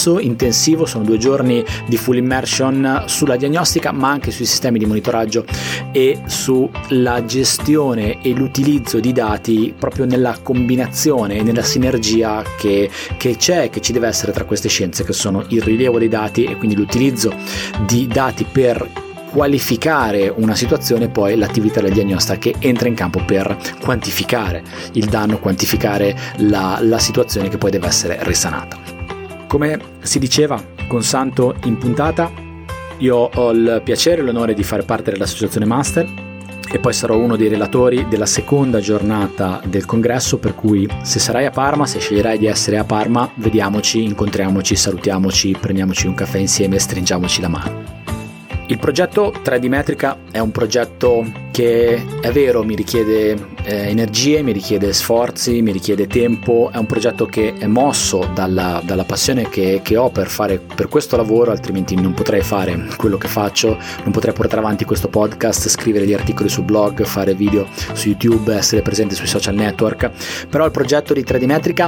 intensivo, sono 2 giorni di full immersion sulla diagnostica, ma anche sui sistemi di monitoraggio e sulla gestione e l'utilizzo di dati proprio nella combinazione e nella sinergia che ci deve essere tra queste scienze, che sono il rilievo dei dati e quindi l'utilizzo di dati per qualificare una situazione, poi l'attività del diagnista che entra in campo per quantificare il danno, quantificare la situazione che poi deve essere risanata. Come si diceva con Santo in puntata, io ho il piacere e l'onore di fare parte dell'associazione Master e poi sarò uno dei relatori della seconda giornata del congresso, per cui se sarai a Parma, se sceglierai di essere a Parma, vediamoci, incontriamoci, salutiamoci, prendiamoci un caffè insieme e stringiamoci la mano. Il progetto 3D Metrica è un progetto che è vero, mi richiede energie, mi richiede sforzi, mi richiede tempo, è un progetto che è mosso dalla passione che ho per questo lavoro, altrimenti non potrei fare quello che faccio, non potrei portare avanti questo podcast, scrivere gli articoli sul blog, fare video su YouTube, essere presente sui social network. Però il progetto di 3D Metrica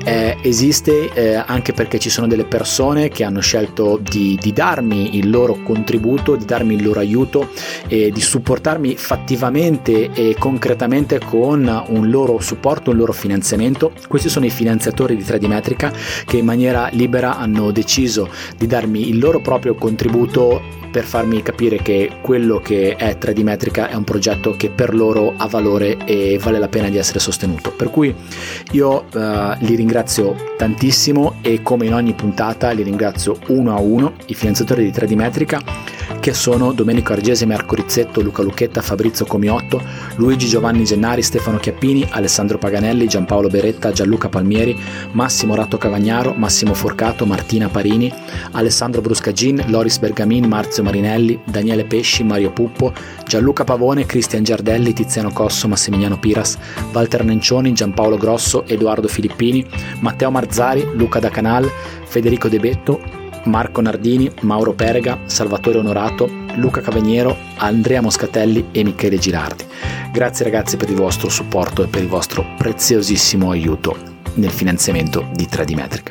esiste anche perché ci sono delle persone che hanno scelto di darmi il loro contributo, di darmi il loro aiuto e di supportarmi fattivamente e concretamente con un loro supporto, un loro finanziamento. Questi sono i finanziatori di 3D Metrica che in maniera libera hanno deciso di darmi il loro proprio contributo per farmi capire che quello che è 3D Metrica è un progetto che per loro ha valore e vale la pena di essere sostenuto. Per cui io li ringrazio tantissimo e come in ogni puntata li ringrazio uno a uno, i finanziatori di 3D Metrica, che sono Domenico Argese, Marco Rizzetto, Luca Lucchetta, Fabrizio Comiotto, Luigi Giovanni Gennari, Stefano Chiappini, Alessandro Paganelli, Giampaolo Beretta, Gianluca Palmieri, Massimo Ratto Cavagnaro, Massimo Forcato, Martina Parini, Alessandro Bruscagin, Loris Bergamin, Marzio Marinelli, Daniele Pesci, Mario Puppo, Gianluca Pavone, Cristian Giardelli, Tiziano Cosso, Massimiliano Piras, Walter Nencioni, Giampaolo Grosso, Edoardo Filippini, Matteo Marzari, Luca Da Canal, Federico De Betto, Marco Nardini, Mauro Perega, Salvatore Onorato, Luca Cavaniero, Andrea Moscatelli e Michele Girardi. Grazie ragazzi per il vostro supporto e per il vostro preziosissimo aiuto nel finanziamento di 3D Metrica.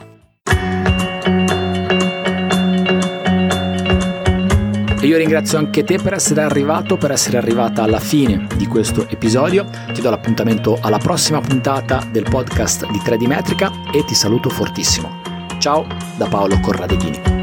E io ringrazio anche te per essere arrivata alla fine di questo episodio. Ti do l'appuntamento alla prossima puntata del podcast di 3D Metrica e ti saluto fortissimo. Ciao da Paolo Corradeghini.